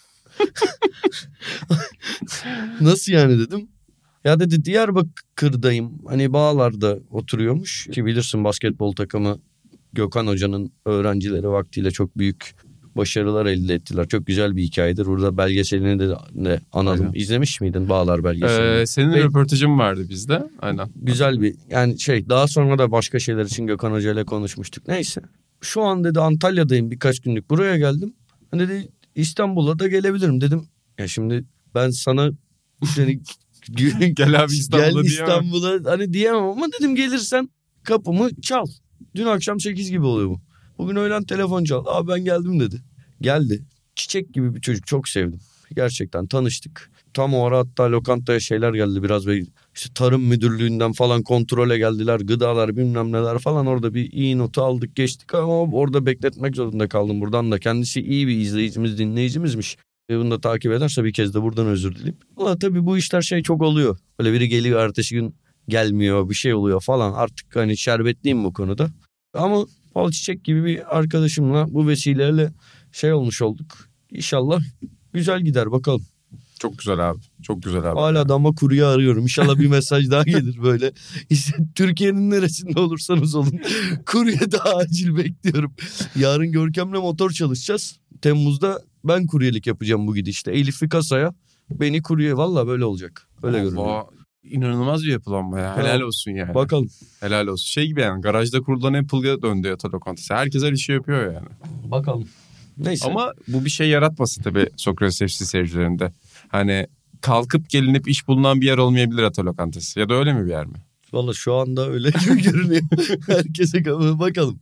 Nasıl yani dedim. Ya dedi Diyarbakır'dayım. Hani Bağlar'da oturuyormuş. Ki bilirsin basketbol takımı Gökhan Hoca'nın öğrencileri vaktiyle çok büyük başarılar elde ettiler. Çok güzel bir hikayedir. Burada belgeselini de, de analım. Aynen. İzlemiş miydin Bağlar belgeselini? Ee, senin Ve röportajın vardı bizde. Aynen. Güzel bir yani şey daha sonra da başka şeyler için Gökhan Hoca ile konuşmuştuk. Neyse. Şu an dedi Antalya'dayım birkaç günlük buraya geldim. Dedi İstanbul'a da gelebilirim dedim. Ya şimdi ben sana yani, gel abi İstanbul'a gel İstanbul'a hani diyemem ama dedim gelirsen kapımı çal. Dün akşam sekiz gibi oluyor bu. Bugün öğlen telefon çaldı. Abi ben geldim dedi. Geldi. Çiçek gibi bir çocuk. Çok sevdim. Gerçekten tanıştık. Tam o ara hatta lokantaya şeyler geldi biraz. Ve işte tarım müdürlüğünden falan kontrole geldiler. Gıdalar bilmem neler falan. Orada bir iyi notu aldık geçtik. Ama orada bekletmek zorunda kaldım buradan da. Kendisi iyi bir izleyicimiz, dinleyicimizmiş. Bunu da takip ederse bir kez de buradan özür dileyim. Valla tabii bu işler şey çok oluyor. Böyle biri geliyor ertesi gün gelmiyor bir şey oluyor falan. Artık hani şerbetliyim bu konuda. Ama Fal Çiçek gibi bir arkadaşımla bu vesileyle şey olmuş olduk. İnşallah güzel gider bakalım. Çok güzel abi. Çok güzel abi. Hala da ama kurye arıyorum. İnşallah bir mesaj daha gelir böyle. İşte Türkiye'nin neresinde olursanız olun. Kurye daha acil bekliyorum. Yarın Görkem'le motor çalışacağız. Temmuz'da ben kuryelik yapacağım bu gidişte. Elif'i kasaya, beni kurye. Valla böyle olacak. Öyle görünüyor. İnanılmaz bir yapılanma ya. Helal olsun yani. Bakalım. Helal olsun. Şey gibi yani garajda kurulan Apple'ya döndü ya lokantası. Herkes her işi yapıyor yani. Bakalım. Neyse. Ama bu bir şey yaratmasın tabii Sokrates F C seyircilerinde. Hani kalkıp gelinip iş bulunan bir yer olmayabilir Ata lokantası. Ya da öyle mi bir yer mi? Valla şu anda öyle gibi görünüyor. Herkese kalın bakalım.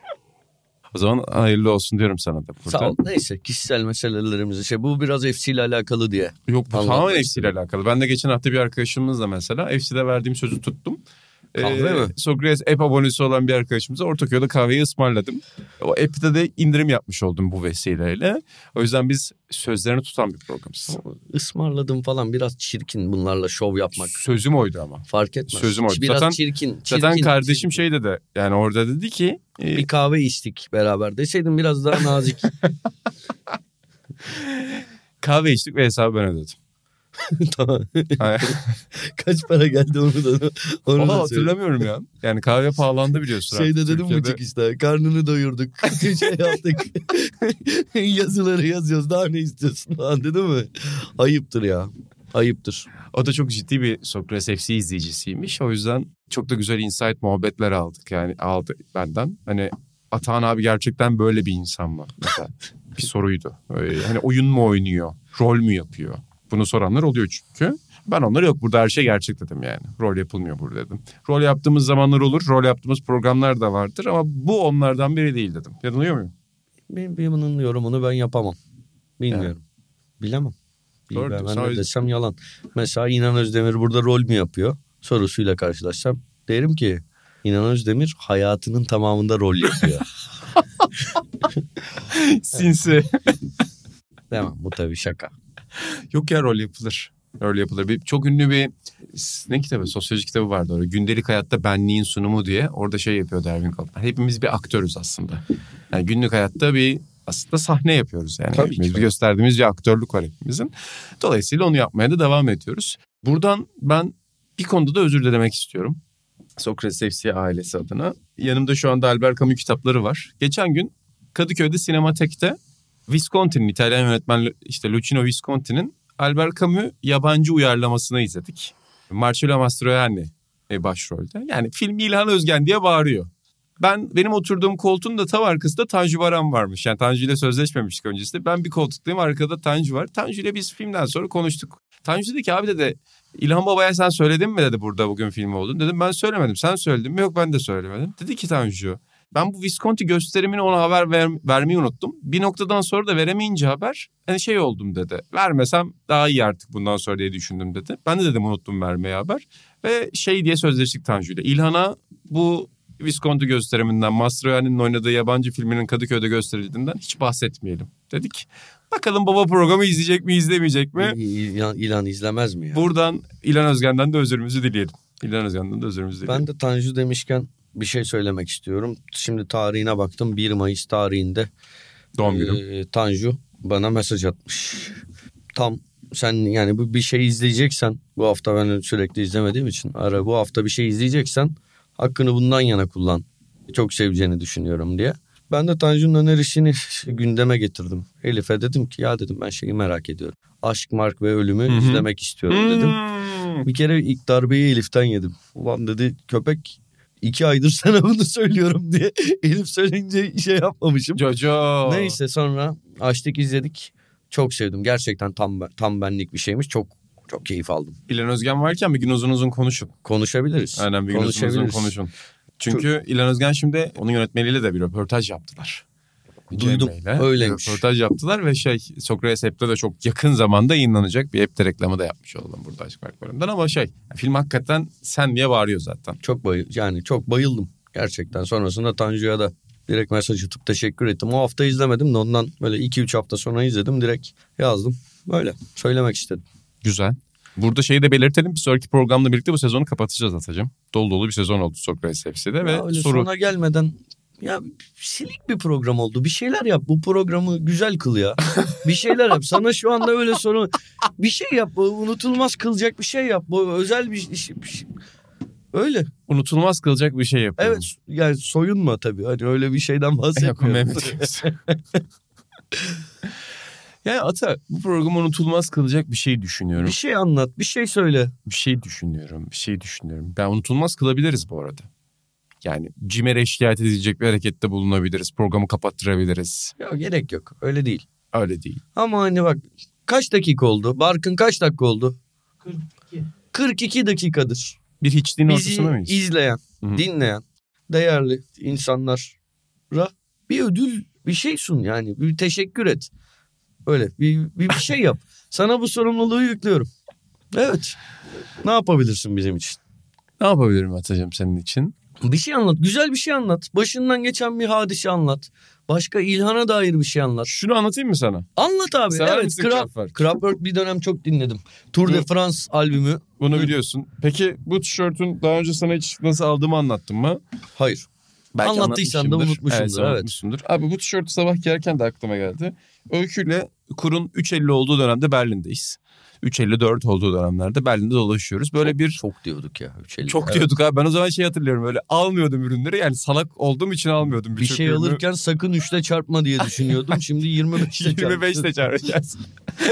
O zaman hayırlı olsun diyorum sana da burada. Sağ ol. Neyse kişisel meselelerimizi şey bu biraz F C ile alakalı diye. Yok bu tamamen F C ile alakalı. Ben de geçen hafta bir arkadaşımızla mesela F C'de verdiğim sözü tuttum. Kahve ee, mi? Sokrates app abonesi olan bir arkadaşımıza Ortaköy'de kahveyi ısmarladım. O app'te de indirim yapmış oldum bu vesileyle. O yüzden biz sözlerini tutan bir programız. Ismarladım falan biraz çirkin bunlarla şov yapmak. Sözüm oydu ama. Fark etmez. Sözüm oydu. Biraz zaten, çirkin, çirkin. Zaten kardeşim çirkin. Şeyde de yani orada dedi ki. E, bir kahve içtik beraber deseydim biraz daha nazik. Kahve içtik ve hesabı ben ödedim. Tamam. Kaç para geldi onu da onu Oha, da hatırlamıyorum ya. Yani kahve pahalandı biliyorsun. Şeyde dedim mi çıkışta karnını doyurduk. Şey yaptık. Yazıları yazıyoruz daha ne istiyorsun falan dedim mi? Ayıptır ya. Ayıptır. O da çok ciddi bir Sokrates F C izleyicisiymiş. O yüzden çok da güzel insight muhabbetler aldık. Yani aldı benden. Hani Atahan abi gerçekten böyle bir insan mı? Mesela bir soruydu. Öyle, hani oyun mu oynuyor? Rol mü yapıyor? Bunu soranlar oluyor çünkü. Ben onlara yok burada her şey gerçek dedim yani. Rol yapılmıyor burada dedim. Rol yaptığımız zamanlar olur. Rol yaptığımız programlar da vardır. Ama bu onlardan biri değil dedim. Yanılıyor muyum? Benim, benim bunun yorumunu ben yapamam. Bilmiyorum. Yani. Bilemem. Doğru, ben ben de desem yalan. Mesela İnan Özdemir burada rol mü yapıyor? Sorusuyla karşılaşsam derim ki İnan Özdemir hayatının tamamında rol yapıyor. Sinsi. Tamam bu tabii şaka. Yok ya rol yapılır. Rol yapılır. Bir, çok ünlü bir ne kitabı? Sosyoloji kitabı vardı orada. Gündelik hayatta benliğin sunumu diye. Orada şey yapıyor Ervin Goffman. Hepimiz bir aktörüz aslında. Yani günlük hayatta bir aslında sahne yapıyoruz yani. Tabii ki. Gösterdiğimiz bir aktörlük var hepimizin. Dolayısıyla onu yapmaya da devam ediyoruz. Buradan ben bir konuda da özür dilemek istiyorum. Sokrates F C ailesi adına. Yanımda şu anda Albert Camus kitapları var. Geçen gün Kadıköy'de Sinematek'te Visconti'nin, İtalyan yönetmen işte Luchino Visconti'nin Albert Camus yabancı uyarlamasını izledik. Marcello Mastroianni başrolde. Yani film İlhan Özgen diye bağırıyor. Ben benim oturduğum koltuğun da tam arkasında Tanju Varan varmış. Yani Tanju ile sözleşmemiştik öncesinde. Ben bir koltuktayım, arkada Tanju var. Tanju ile biz filmden sonra konuştuk. Tanju dedi ki abi dedi İlhan Baba'ya sen söyledin mi dedi burada bugün film olduğunu. Dedim ben söylemedim. Sen söyledin mi? Yok ben de söylemedim. Dedi ki Tanju Ben bu Visconti gösterimini ona haber ver, vermeyi unuttum. Bir noktadan sonra da veremeyince haber hani şey oldum dedi. Vermesem daha iyi artık bundan sonra diye düşündüm dedi. Ben de dedim unuttum vermeyi haber. Ve şey diye sözleştik Tanju'yla. İlhan'a bu Visconti gösteriminden, Mastroianni'nin oynadığı yabancı filminin Kadıköy'de gösterildiğinden hiç bahsetmeyelim dedik. Bakalım baba programı izleyecek mi izlemeyecek mi? İlan, İlan izlemez mi ya? Buradan İlhan Özgen'den de özürümüzü dileyelim. İlhan Özgen'den de özürümüzü dileyelim. Ben de Tanju demişken bir şey söylemek istiyorum. Şimdi tarihine baktım. bir Mayıs tarihinde doğum günüm. E, Tanju bana mesaj atmış. Tam sen yani bu bir şey izleyeceksen, bu hafta ben sürekli izlemediğim için ara bu hafta bir şey izleyeceksen hakkını bundan yana kullan. Çok seveceğini düşünüyorum diye. Ben de Tanju'nun önerisini gündeme getirdim. Elif'e dedim ki ya dedim ben şeyi merak ediyorum. Aşk, Mark ve Ölüm'ü Hı-hı. izlemek istiyorum dedim. Hmm. Bir kere ilk darbeyi Elif'ten yedim. Ulan dedi köpek iki aydır sana bunu söylüyorum diye. Elif söyleyince şey yapmamışım. Jojo. Neyse sonra açtık izledik. Çok sevdim. Gerçekten tam tam benlik bir şeymiş. Çok çok keyif aldım. İlhan Özgen varken bir gün uzun uzun konuşun. Konuşabiliriz. Aynen bir gün uzun uzun konuşun. Çünkü çok... İlhan Özgen şimdi onun yönetmeniyle de bir röportaj yaptılar. Duydum. Öyleymiş. Röportaj yaptılar ve şey Sokrates App'te de çok yakın zamanda yayınlanacak bir app de reklamı da yapmış oldum burada Aşk Mark bölümünden ama şey film hakikaten sen diye bağırıyor zaten. Çok bay yani çok bayıldım gerçekten. Sonrasında Tanju'ya da direkt mesaj atıp teşekkür ettim. O hafta izlemedim de ondan böyle iki üç hafta sonra izledim. Direkt yazdım. Böyle söylemek istedim. Güzel. Burada şeyi de belirtelim. Bir sonraki programla birlikte bu sezonu kapatacağız Atacığım. Dolu dolu bir sezon oldu Sokrates F C'de. Ve öyle soru... sona gelmeden ya silik bir program oldu. Bir şeyler yap. Bu programı güzel kıl ya. Bir şeyler yap. Sana şu anda öyle sorun. Bir şey yap. Unutulmaz kılacak bir şey yap. Bu özel bir şey. Öyle. Unutulmaz kılacak bir şey yapıyorum. Evet. Yani soyunma tabii. Hani öyle bir şeyden bahsetmiyorum. Yani Ata bu programı unutulmaz kılacak bir şey düşünüyorum. Bir şey anlat. Bir şey söyle. Bir şey düşünüyorum. Bir şey düşünüyorum. Ben unutulmaz kılabiliriz bu arada. Yani CİMER'e şikayet edilecek bir harekette bulunabiliriz. Programı kapattırabiliriz. Ya gerek yok. Öyle değil. Öyle değil. Ama hani bak kaç dakika oldu? Barkın kaç dakika oldu? kırk iki. kırk iki dakikadır. Bir hiçliğin ortasında mıyız? Bizi izleyen, Hı-hı. dinleyen, değerli insanlara bir ödül, bir şey sun yani. Bir teşekkür et. Öyle bir, bir, bir şey yap. Sana bu sorumluluğu yüklüyorum. Evet. Ne yapabilirsin bizim için? Ne yapabilirim Atacığım senin için? Bir şey anlat. Güzel bir şey anlat. Başından geçen bir hadise anlat. Başka İlhan'a dair bir şey anlat. Şunu anlatayım mı sana? Anlat abi. Sever evet. misin Kraftwerk? Kraftwerk bir dönem çok dinledim. Tour de France albümü. Bunu biliyorsun. Peki bu tişörtün daha önce sana hiç nasıl aldığımı anlattım mı? Hayır. Belki anlattıysan da unutmuşumdur. Evet, evet. unutmuşsundur. Abi bu tişörtü sabah giyerken de aklıma geldi. Öykü'yle kurun üç elli olduğu dönemde Berlin'deyiz. üç elli dört olduğu dönemlerde Berlin'de dolaşıyoruz. Böyle çok, bir çok diyorduk ya. üç elli. Çok evet. diyorduk abi. Ben o zaman şey hatırlıyorum böyle almıyordum ürünleri. Yani salak olduğum için almıyordum. Bir şey ürünü. Alırken sakın üçle çarpma diye düşünüyordum. Şimdi yirmi beşle yirmi beşle çarpacağız.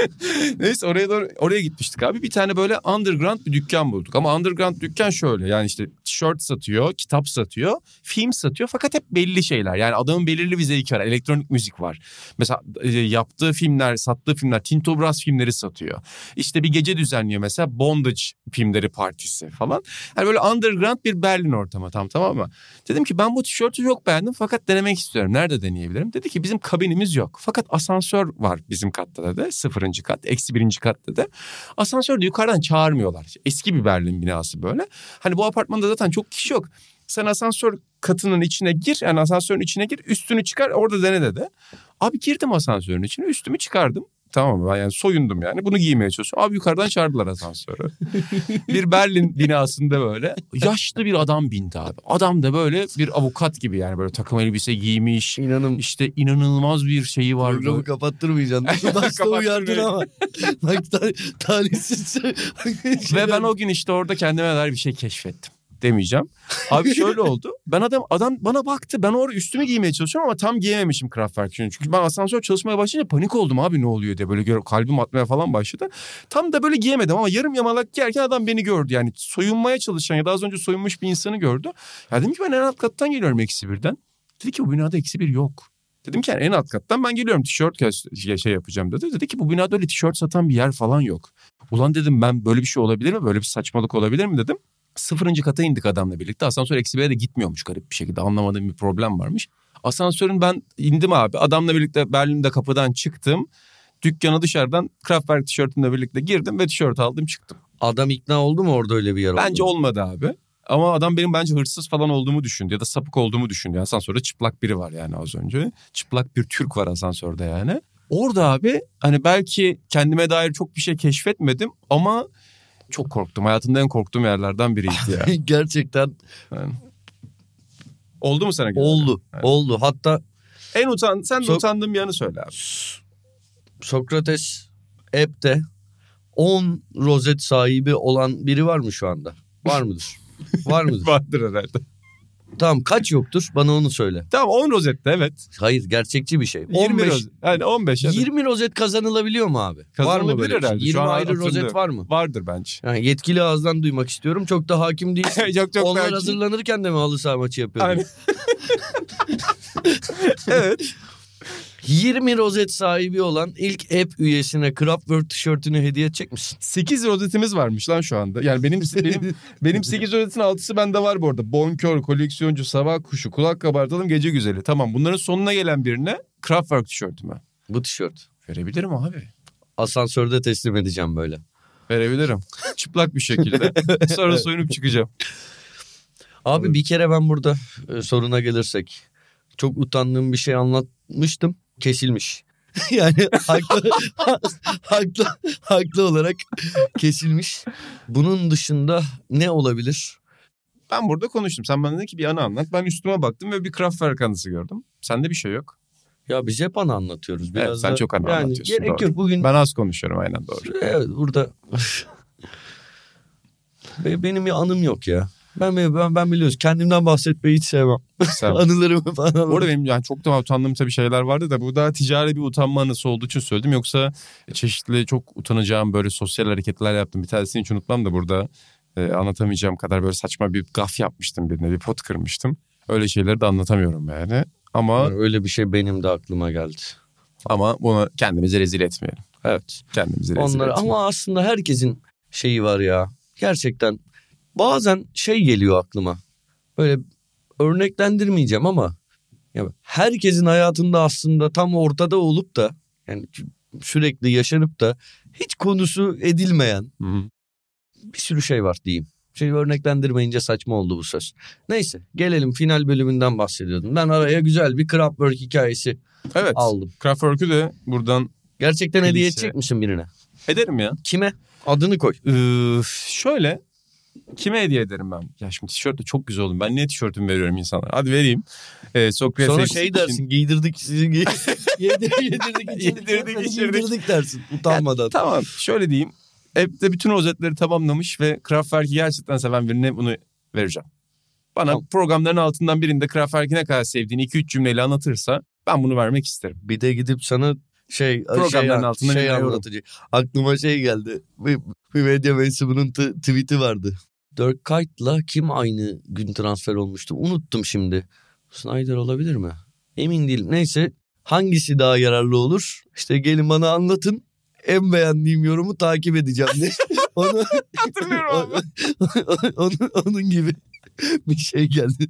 Neyse oraya doğru oraya gitmiştik abi. Bir tane böyle underground bir dükkan bulduk. Ama underground dükkan şöyle. Yani işte tişört satıyor, kitap satıyor, film satıyor. Fakat hep belli şeyler. Yani adamın belirli bir zevki var. Elektronik müzik var. Mesela yaptığı filmler, sattığı filmler, Tinto Brass filmleri satıyor. İşte bir gece düzenliyor mesela Bondage filmleri partisi falan. Yani böyle underground bir Berlin ortamı tam tamam mı? Dedim ki ben bu tişörtü çok beğendim fakat denemek istiyorum. Nerede deneyebilirim? Dedi ki bizim kabinimiz yok. Fakat asansör var bizim katta dedi. Sıfırıncı kat, eksi birinci kat dedi. Asansörde yukarıdan çağırmıyorlar. Eski bir Berlin binası böyle. Hani bu apartmanda zaten çok kişi yok. Sen asansör katının içine gir. Yani asansörün içine gir. Üstünü çıkar orada dene dedi. Abi girdim asansörün içine. Üstümü çıkardım. Tamam mı? Ben yani soyundum yani. Bunu giymeye çalışıyorum. Abi yukarıdan çağırdılar asansörü. Bir Berlin binasında böyle yaşlı bir adam bindi abi. Adam da böyle bir avukat gibi yani böyle takım elbise giymiş. İnanın. İşte inanılmaz bir şeyi var. Programı kapattırmayacaksın. Başta uyardın ama. Bak ta- talihsiz. Ve ben o gün işte orada kendime dair bir şey keşfettim. Demeyeceğim. Abi şöyle oldu. Ben adam adam bana baktı. Ben orada üstümü giymeye çalışıyorum ama tam giyememişim Kraftwerk'ün. Çünkü ben asansör çalışmaya başlayınca panik oldum abi ne oluyor diye. Böyle kalbim atmaya falan başladı. Tam da böyle giyemedim ama yarım yamalak giyerken adam beni gördü. Yani soyunmaya çalışan ya da az önce soyunmuş bir insanı gördü. Ya dedim ki ben en alt kattan geliyorum eksi birden. Dedi ki bu binada eksi bir yok. Dedim ki yani en alt kattan ben geliyorum tişört şey yapacağım dedi. Dedi ki bu binada öyle tişört satan bir yer falan yok. Ulan dedim ben böyle bir şey olabilir mi? Böyle bir saçmalık olabilir mi dedim. Sıfırıncı kata indik adamla birlikte. Asansör eksi bire de gitmiyormuş garip bir şekilde. Anlamadığım bir problem varmış. Asansörün ben indim abi. Adamla birlikte Berlin'de kapıdan çıktım. Dükkana dışarıdan Kraftwerk tişörtümle birlikte girdim ve tişört aldım çıktım. Adam ikna oldu mu orada öyle bir yer oldu? Bence olmadı abi. Ama adam benim bence hırsız falan olduğumu düşündü ya da sapık olduğumu düşündü. Asansörde çıplak biri var yani az önce. Çıplak bir Türk var asansörde yani. Orada abi hani belki kendime dair çok bir şey keşfetmedim ama çok korktum. Hayatımda en korktuğum yerlerden biriydi ya. Gerçekten. Yani. Oldu mu sana? Oldu. Yani. Oldu. Hatta en utan sen de so- utandığım yanı söyle abi. Sokrates app'te on rozet sahibi olan biri var mı şu anda? Var mıdır? Var mıdır? Vardır herhalde. Tamam, kaç yoktur? Bana onu söyle. Tamam on rozette evet. Hayır, gerçekçi bir şey. yirmi on beş rozet. Yani on beş. yirmi rozet kazanılabiliyor mu abi? Var mı böyle? Herhalde. yirmi ayrı hatırlıyorum. rozet var mı? Vardır bence. Yani yetkili ağızdan duymak istiyorum. Çok da hakim değilsin. çok çok Onlar belki. hazırlanırken de mi halı saha maçı yapıyordun? Aynen. Evet. yirmi rozet sahibi olan ilk app üyesine Kraftwerk tişörtünü hediye edecek misin? sekiz rozetimiz varmış lan şu anda. Yani benim benim benim sekiz rozetin altısı bende var bu arada. Bonkör, koleksiyoncu, sabah kuşu, kulak kabartalım, gece güzeli. Tamam, bunların sonuna gelen birine Kraftwerk tişörtümü Bu tişört. verebilirim abi. Asansörde teslim edeceğim böyle. Verebilirim. Çıplak bir şekilde. Sonra soyunup çıkacağım. Abi bir kere ben burada e, soruna gelirsek çok utandığım bir şey anlatmıştım. Kesilmiş. Yani haklı, haklı, haklı olarak kesilmiş. Bunun dışında ne olabilir? Ben burada konuştum. Sen bana dedin ki bir anı anlat. Ben üstüme baktım ve bir Kraftwerk anısı gördüm. Sende bir şey yok. Ya biz hep anı anlatıyoruz. Biraz Evet, sen da, çok anı yani anlatıyorsun. gerek Doğru. yok bugün. Ben az konuşuyorum, aynen doğru. Evet, burada benim bir anım yok ya. Ben ben ben biliyoruz. Kendimden bahsetmeyi hiç sevmem. Sen... Anılarımı falan. Orada benim yani çok da utandığım tabii şeyler vardı da bu daha ticari bir utanma anısı olduğu için söyledim. Yoksa çeşitli çok utanacağım böyle sosyal hareketler yaptım. Bir tanesini hiç unutmam da burada e, anlatamayacağım kadar böyle saçma bir gaf yapmıştım birine, bir pot kırmıştım. Öyle şeyleri de anlatamıyorum yani. Ama öyle bir şey benim de aklıma geldi. Ama bunu kendimize rezil etmeyelim. Evet. Kendimizi rezil Onlar etmeyelim. ama aslında herkesin şeyi var ya. Gerçekten bazen şey geliyor aklıma. Böyle örneklendirmeyeceğim ama ya herkesin hayatında aslında tam ortada olup da yani sürekli yaşanıp da hiç konusu edilmeyen Hı-hı. bir sürü şey var diyeyim. Şey örneklendirmeyince saçma oldu bu söz. Neyse, gelelim final bölümünden bahsediyordum. Ben araya güzel bir Kraftwerk hikayesi Evet. aldım. Kraftwerk'ü de buradan Gerçekten Klişe. hediye edecek misin birine? ederim ya. Kime? Adını koy. Ee, şöyle kime hediye ederim ben? Ya şimdi tişört de çok güzel oldu. Ben niye tişörtümü veriyorum insanlara? Hadi vereyim. Ee, Sokrates Sonra için- şey dersin, giydirdik sizi. Giy- yedirdik, yedirdik, Yedirdik, yedirdik, içirdik. giydirdik dersin utanmadan. Ya, tamam şöyle diyeyim. App'te bütün rozetleri tamamlamış ve Kraftwerk'i gerçekten seven birine bunu vereceğim. Bana Tamam. programların altından birinde Kraftwerk'i ne kadar sevdiğini iki üç cümleyle anlatırsa ben bunu vermek isterim. Bir de gidip sana şey Programların şey, altında şey bir yorum. anlatıcı. Aklıma şey geldi. Bir, bir medya mensubunun t- tweet'i vardı. Dirk Kuyt'la kim aynı gün transfer olmuştu? Unuttum şimdi. Snyder olabilir mi? Emin değilim. Neyse, hangisi daha yararlı olur? İşte gelin bana anlatın. En beğendiğim yorumu takip edeceğim diye. Onu, Hatırlıyorum abi. onun, onun gibi bir şey geldi.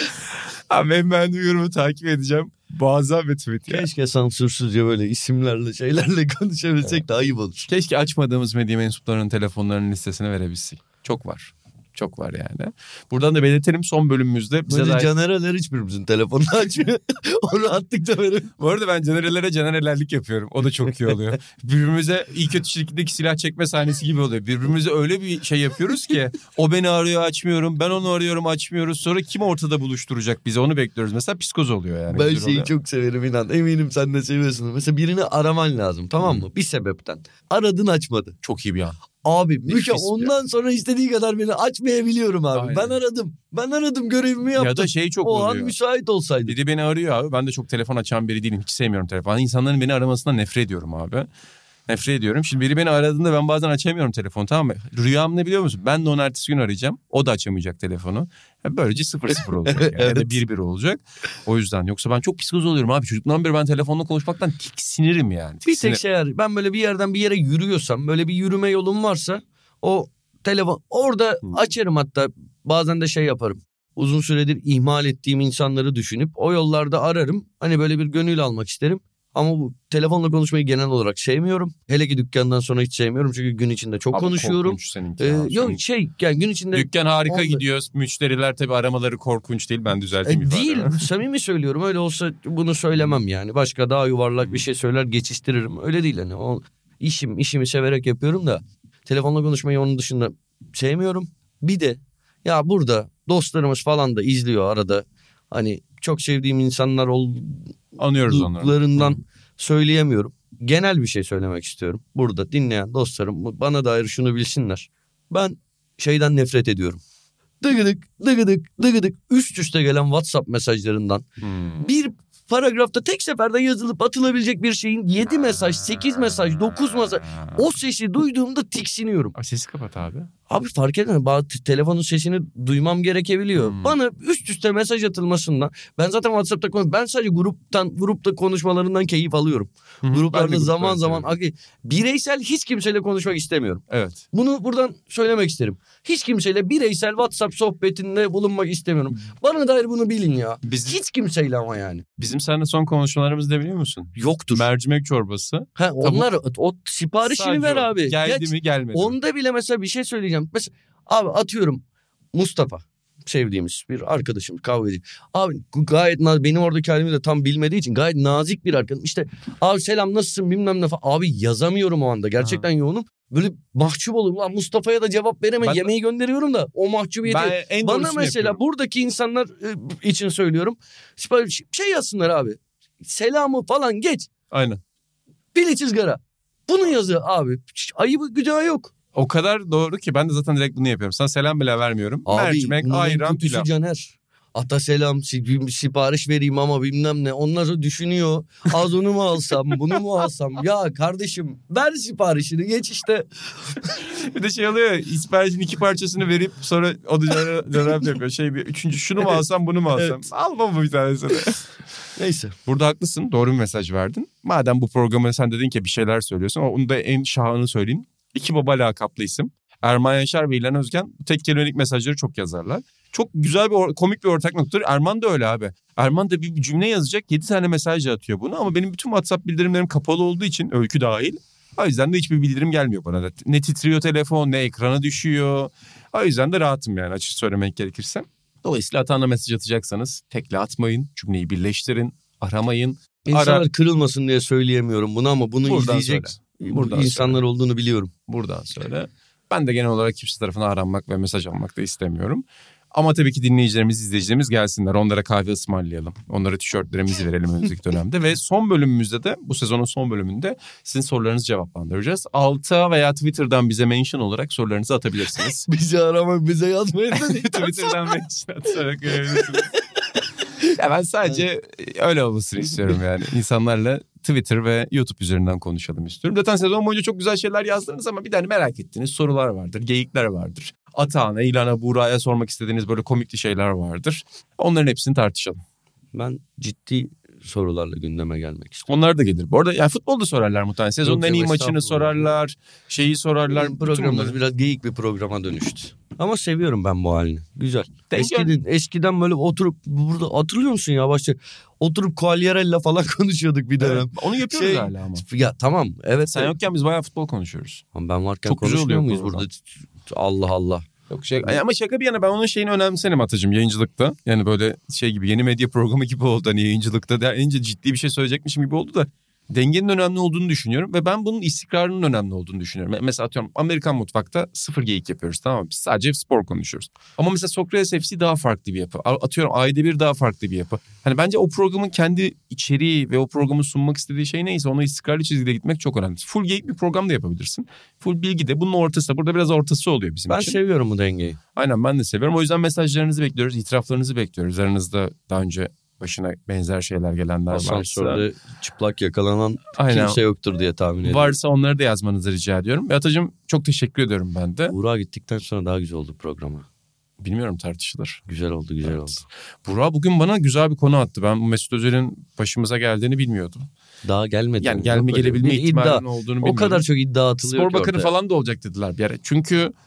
Abi ben beğendiğim yorumu takip edeceğim. Muazzam bir tweet ya. Keşke sansürsüzce böyle isimlerle şeylerle konuşabilsek de ayıp olur. Keşke açmadığımız medya mensuplarının telefonlarının listesine verebilsek. Çok var. Çok var yani. Buradan da belirtelim, son bölümümüzde bize Böyle dair... canereler hiçbirimizin telefonunu açmıyor. Onu attık da verin. Bu arada ben canerelere canerelerlik yapıyorum. O da çok iyi oluyor. Birbirimize iyi kötü şirketteki silah çekme sahnesi gibi oluyor. Birbirimize öyle bir şey yapıyoruz ki o beni arıyor açmıyorum, ben onu arıyorum açmıyoruz. Sonra kim ortada buluşturacak bizi, onu bekliyoruz. Mesela psikoz oluyor yani. Ben Güzel şeyi oluyor. çok severim inan. Eminim sen de seviyorsun. Mesela birini araman lazım, tamam mı? Bir sebepten. Aradın, açmadı. Çok iyi bir an. Abi müke bir- ondan sonra istediği kadar beni açmayabiliyorum abi. Aynen. Ben aradım. Ben aradım, görevimi yaptım. Ya da şey çok o oluyor. an müsait olsaydı. Biri beni arıyor abi. Ben de çok telefon açan biri değilim. Hiç sevmiyorum telefonu. İnsanların beni aramasından nefret ediyorum abi. Nefret ediyorum. Şimdi biri beni aradığında ben bazen açamıyorum telefonu, tamam mı? Rüyam ne biliyor musun? Ben de onu ertesi gün arayacağım. O da açamayacak telefonu. Ya böylece sıfır sıfır olacak. Yani. Ya da Evet. bir bir olacak. O yüzden. Yoksa ben çok psikoz oluyorum abi. Çocukluğumdan beri ben telefonla konuşmaktan tiksinirim yani. Bir Tiksinirim. tek şey var. Ben böyle bir yerden bir yere yürüyorsam, böyle bir yürüme yolum varsa o telefon orada Hmm. açarım, hatta bazen de şey yaparım. Uzun süredir ihmal ettiğim insanları düşünüp o yollarda ararım. Hani böyle bir gönül almak isterim. Ama bu telefonla konuşmayı genel olarak sevmiyorum. Hele ki dükkandan sonra hiç sevmiyorum. Çünkü gün içinde çok Abi konuşuyorum. korkunç seninki Ee, ya. yok Senin- şey yani gün içinde... Dükkan harika Oldu. gidiyor. Müşteriler tabii aramaları korkunç değil. Ben E, düzelteyim ifademi. değil samimi söylüyorum, öyle olsa bunu söylemem yani. Başka daha yuvarlak bir şey söyler geçiştiririm. Öyle değil hani, o işim işimi severek yapıyorum da telefonla konuşmayı onun dışında sevmiyorum. Bir de ya burada dostlarımız falan da izliyor arada. Hani çok sevdiğim insanlar Anıyoruz onları. olduklarından Hı. söyleyemiyorum. Genel bir şey söylemek istiyorum. Burada dinleyen dostlarım bana dair şunu bilsinler. Ben şeyden nefret ediyorum. Dıgıdık, dıgıdık, dıgıdık üst üste gelen WhatsApp mesajlarından. Hmm. Bir paragrafta tek seferde yazılıp atılabilecek bir şeyin yedi mesaj, sekiz mesaj, dokuz mesaj. O sesi duyduğumda tiksiniyorum. Abi sesi kapat abi. Abi fark etmez. Bazı t- telefonun sesini duymam gerekebiliyor. Hmm. Bana üst üste mesaj atılmasından, ben zaten WhatsApp'ta konuş, ben sadece gruptan grupta konuşmalarından keyif alıyorum. Hı hı. Ben de Gruplarda grupları zaman zaman seviyorum. abi, bireysel hiç kimseyle konuşmak istemiyorum. Evet. Bunu buradan söylemek isterim. Hiç kimseyle bireysel WhatsApp sohbetinde bulunmak istemiyorum. Bana dair bunu bilin ya. Biz, Hiç kimseyle ama yani. bizim seninle son konuşmalarımız ne biliyor musun? Yoktur. Mercimek çorbası. Ha, onlar o siparişini Sadece ver o. abi. Geldi Geç. mi gelmedi mi? Onda bile mesela bir şey söyleyeceğim. Mesela abi atıyorum Mustafa, sevdiğimiz bir arkadaşım, kahveci. Abi gayet nazik, benim oradaki halimi de tam bilmediği için gayet nazik bir arkadaşım. İşte abi selam nasılsın bilmem ne falan. Abi yazamıyorum o anda, gerçekten yoğunum. Böyle mahcup olurum. Lan Mustafa'ya da cevap veremem. Ben- Yemeği gönderiyorum da o mahcubiyeti. Ben en Bana doğrusunu mesela yapıyorum. buradaki insanlar e, için söylüyorum. Sipariş- Şey yazsınlar abi. Selamı falan geç. Aynen. Piliç ızgara. Bunu yazı abi. Ayıbı günahı yok. O kadar doğru ki ben de zaten direkt bunu yapıyorum. Sana selam bile vermiyorum. Abi, Mercimek, bunun en ayran, kötüsü pilav. Caner. Ata selam si- sipariş vereyim ama bilmem ne. Onları düşünüyor. Az onu mu alsam, bunu mu alsam? Ya kardeşim ver siparişini geç işte. Bir de şey oluyor ya, siparişin iki parçasını verip sonra o da cevap cevap yapıyor. Şey bir üçüncü şunu mu alsam bunu mu alsam? Evet. Alma bu bir tanesini. Neyse. Burada haklısın. Doğru bir mesaj verdin. Madem bu programı sen dedin ki bir şeyler söylüyorsun. Onu da en şahını söyleyeyim. İki baba lakaplı isim. Erman Yaşar ve İlhan Özgen tek kelimelik mesajları çok yazarlar. Çok güzel bir or- komik bir ortak noktadır. Erman da öyle abi. Erman da bir cümle yazacak, yedi tane mesaj atıyor bunu ama benim bütün WhatsApp bildirimlerim kapalı olduğu için, öykü dahil. O yüzden de hiçbir bildirim gelmiyor bana da. Ne titriyor telefon, ne ekrana düşüyor. O yüzden de rahatım yani, açık söylemek gerekirse. Dolayısıyla hatanla mesaj atacaksanız tekle atmayın, cümleyi birleştirin, aramayın. İnsanlar Ara- kırılmasın diye söyleyemiyorum bunu ama bunu Buradan izleyecek söyle. Buradan insanlar söyle. olduğunu biliyorum. Buradan söyle. Ben de genel olarak kimse tarafından aranmak ve mesaj almak da istemiyorum. Ama tabii ki dinleyicilerimiz, izleyicilerimiz gelsinler. Onlara kahve ısmarlayalım. Onlara tişörtlerimizi verelim önümüzdeki dönemde. Ve son bölümümüzde de, bu sezonun son bölümünde sizin sorularınızı cevaplandıracağız. Alta veya Twitter'dan bize mention olarak sorularınızı atabilirsiniz. Bizi aramak, bize yazmayın. Twitter'dan mention atarak görebilirsiniz. Ya ben sadece öyle olmasını istiyorum yani. İnsanlarla Twitter ve YouTube üzerinden konuşalım istiyorum. Zaten sezon boyunca çok güzel şeyler yazdınız ama bir tane merak ettiğiniz sorular vardır, geyikler vardır. Atağan'a, İlhan'a, Buğra'ya sormak istediğiniz böyle komikli şeyler vardır. Onların hepsini tartışalım. Ben ciddi sorularla gündeme gelmek istiyorum. Onlar da gelir. Bu arada yani futbolda sorarlar muhtemelen. Sezonun Yok, en iyi yok, maçını estağfurullah. sorarlar, şeyi sorarlar. Bizim bütün programımız bunları. biraz geyik bir programa dönüştü. Ama seviyorum ben bu halini. Güzel. Denk Eskiden, eskiden böyle oturup burada hatırlıyor musun ya başta oturup Quagliarella falan konuşuyorduk bir dönem. Evet, onu yapıyoruz Şey, hala ama. Ya tamam evet. Sen yokken biz bayağı futbol konuşuyoruz. Ama ben varken Çok güzel konuşmuyor oluyor muyuz program. burada? Allah Allah. Yok şey, ama şaka bir yana ben onun şeyini önemserim Atacığım yayıncılıkta. Yani böyle şey gibi, yeni medya programı gibi oldu hani yayıncılıkta. Deyince ciddi bir şey söyleyecekmişim gibi oldu da dengenin önemli olduğunu düşünüyorum ve ben bunun istikrarının önemli olduğunu düşünüyorum. Mesela atıyorum Amerikan mutfakta sıfır geyik yapıyoruz, tamam mı? Biz sadece spor konuşuyoruz. Ama mesela Sokrates F C daha farklı bir yapı. Atıyorum Ayda Bir daha farklı bir yapı. Hani bence o programın kendi içeriği ve o programın sunmak istediği şey neyse ona istikrarlı çizgide gitmek çok önemli. Full geyik bir program da yapabilirsin. Full bilgi de bunun ortası. Burada biraz ortası oluyor bizim Ben için. seviyorum bu dengeyi. Aynen, ben de seviyorum. O yüzden mesajlarınızı bekliyoruz, itiraflarınızı bekliyoruz. Aranızda daha önce başına benzer şeyler gelenler varsa. Asansörde çıplak yakalanan Aynen. kimse yoktur diye tahmin ediyorum. Varsa onları da yazmanızı rica ediyorum. Ve Atacığım çok teşekkür ediyorum ben de. Burak'a gittikten sonra daha güzel oldu programı. Bilmiyorum, tartışılır. Güzel oldu güzel Evet. oldu. Burak bugün bana güzel bir konu attı. Ben bu Mesut Özil'in başımıza geldiğini bilmiyordum. Daha gelmedi. Yani Yok gelme öyle gelebilme bir ihtimalinin iddia. olduğunu O bilmiyordum. kadar çok iddia atılıyor Spor ki bakanı ortaya. falan da olacak dediler bir ara. Çünkü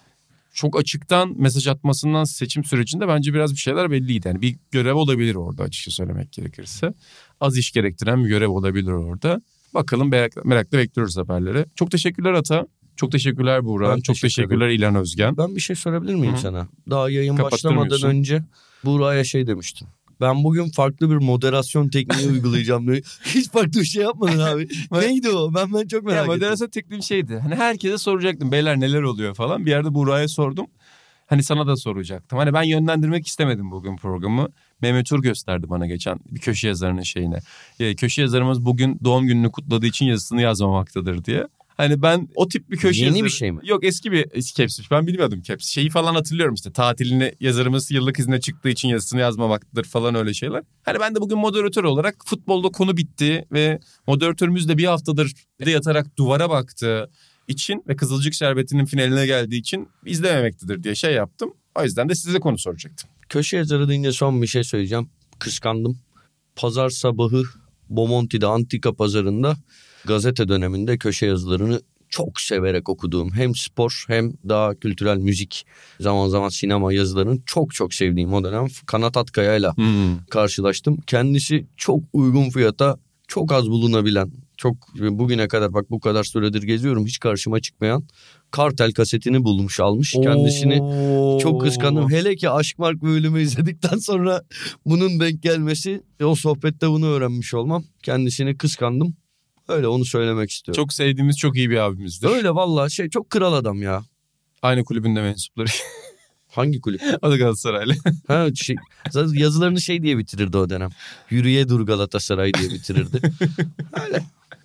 çok açıktan mesaj atmasından seçim sürecinde bence biraz bir şeyler belliydi. Yani bir görev olabilir orada açıkça söylemek gerekirse. Az iş gerektiren bir görev olabilir orada. Bakalım merak, merakla bekliyoruz haberleri. Çok teşekkürler Ata. Çok teşekkürler Buğra. Ben Çok teşekkür teşekkürler İlhan Özgen. Ben bir şey sorabilir miyim Hı-hı. sana? Daha yayın Kapattırmıyorsun. başlamadan önce Buğra'ya şey demiştin. Ben bugün farklı bir moderasyon tekniği uygulayacağım diye. Hiç farklı bir şey yapmadın abi. Neydi o? Ben ben çok merak Ya ettim. moderasyon tekniğim şeydi. Hani herkese soracaktım. Beyler neler oluyor falan. Bir yerde Buğra'ya sordum. Hani sana da soracaktım. Hani ben yönlendirmek istemedim bugün programı. Mehmet Uğur gösterdi bana geçen bir köşe yazarının şeyine. E, köşe yazarımız bugün doğum gününü kutladığı için yazısını yazmamaktadır diye. Hani ben o tip bir köşe Yeni yazarı... bir şey mi? Yok eski bir eski caps'miş. Ben bilmiyordum caps. Şeyi falan hatırlıyorum işte. Tatilini yazarımız yıllık izne çıktığı için yazısını yazmamaktadır falan öyle şeyler. Hani ben de bugün moderatör olarak futbolda konu bitti ve moderatörümüz de bir haftadır de yatarak duvara baktı için ve Kızılcık Şerbeti'nin finaline geldiği için izlememektedir diye şey yaptım. O yüzden de size konu soracaktım. Köşe yazarı deyince son bir şey söyleyeceğim. Kıskandım. Pazar sabahı Bomonti'de Antika Pazarı'nda gazete döneminde köşe yazılarını çok severek okuduğum, hem spor hem daha kültürel müzik, zaman zaman sinema yazılarını çok çok sevdiğim o dönem Kanat Atkaya'yla Hmm. karşılaştım. Kendisi çok uygun fiyata, çok az bulunabilen, çok bugüne kadar bak bu kadar süredir geziyorum hiç karşıma çıkmayan Kartel kasetini bulmuş, almış. Kendisini Oo. çok kıskandım. Hele ki Aşk Mark bölümü izledikten sonra bunun denk gelmesi, o sohbette bunu öğrenmiş olmam, kendisini kıskandım. Öyle, onu söylemek istiyorum. Çok sevdiğimiz çok iyi bir abimizdir. Öyle vallahi şey, çok kral adam ya. Aynı kulübün de mensupları. Hangi kulüp? O da Galatasaraylı. Ha, şey, zaten yazılarını şey diye bitirirdi o dönem. Yürüye dur Galatasaray diye bitirirdi. Öyle.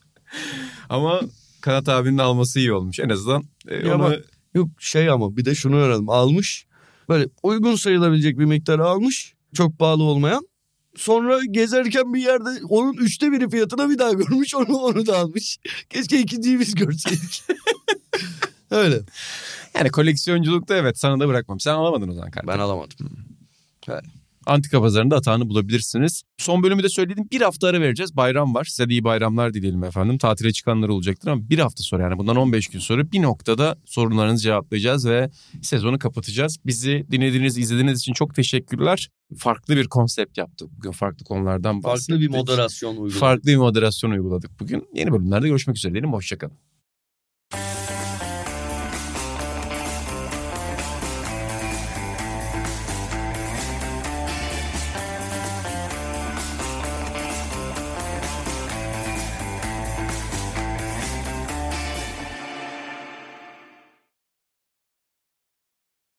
Ama Kanat abinin alması iyi olmuş. En azından e, Ya onu... bak, yok şey, ama bir de şunu öğrendim. Almış. Böyle uygun sayılabilecek bir miktarı almış. Çok pahalı olmayan. Sonra gezerken bir yerde onun üçte biri fiyatına bir daha görmüş. Onu onu da almış. Keşke ikinciyi biz görseydik. Öyle. Yani koleksiyonculukta evet, sana da bırakmam. Sen alamadın o zaman kardeşim. Ben alamadım. Öyle. Antika Pazarı'nda atağını bulabilirsiniz. Son bölümü de söyledim. Bir hafta ara vereceğiz. Bayram var. Size de iyi bayramlar dileyelim efendim. Tatile çıkanlar olacaktır ama bir hafta sonra, yani bundan on beş gün sonra bir noktada sorunlarınızı cevaplayacağız ve sezonu kapatacağız. Bizi dinlediğiniz, izlediğiniz için çok teşekkürler. Farklı bir konsept yaptık bugün. Farklı konulardan bahsettik. Farklı bir moderasyon uyguladık. Farklı bir moderasyon uyguladık bugün. Yeni bölümlerde görüşmek üzere diyelim. Hoşçakalın.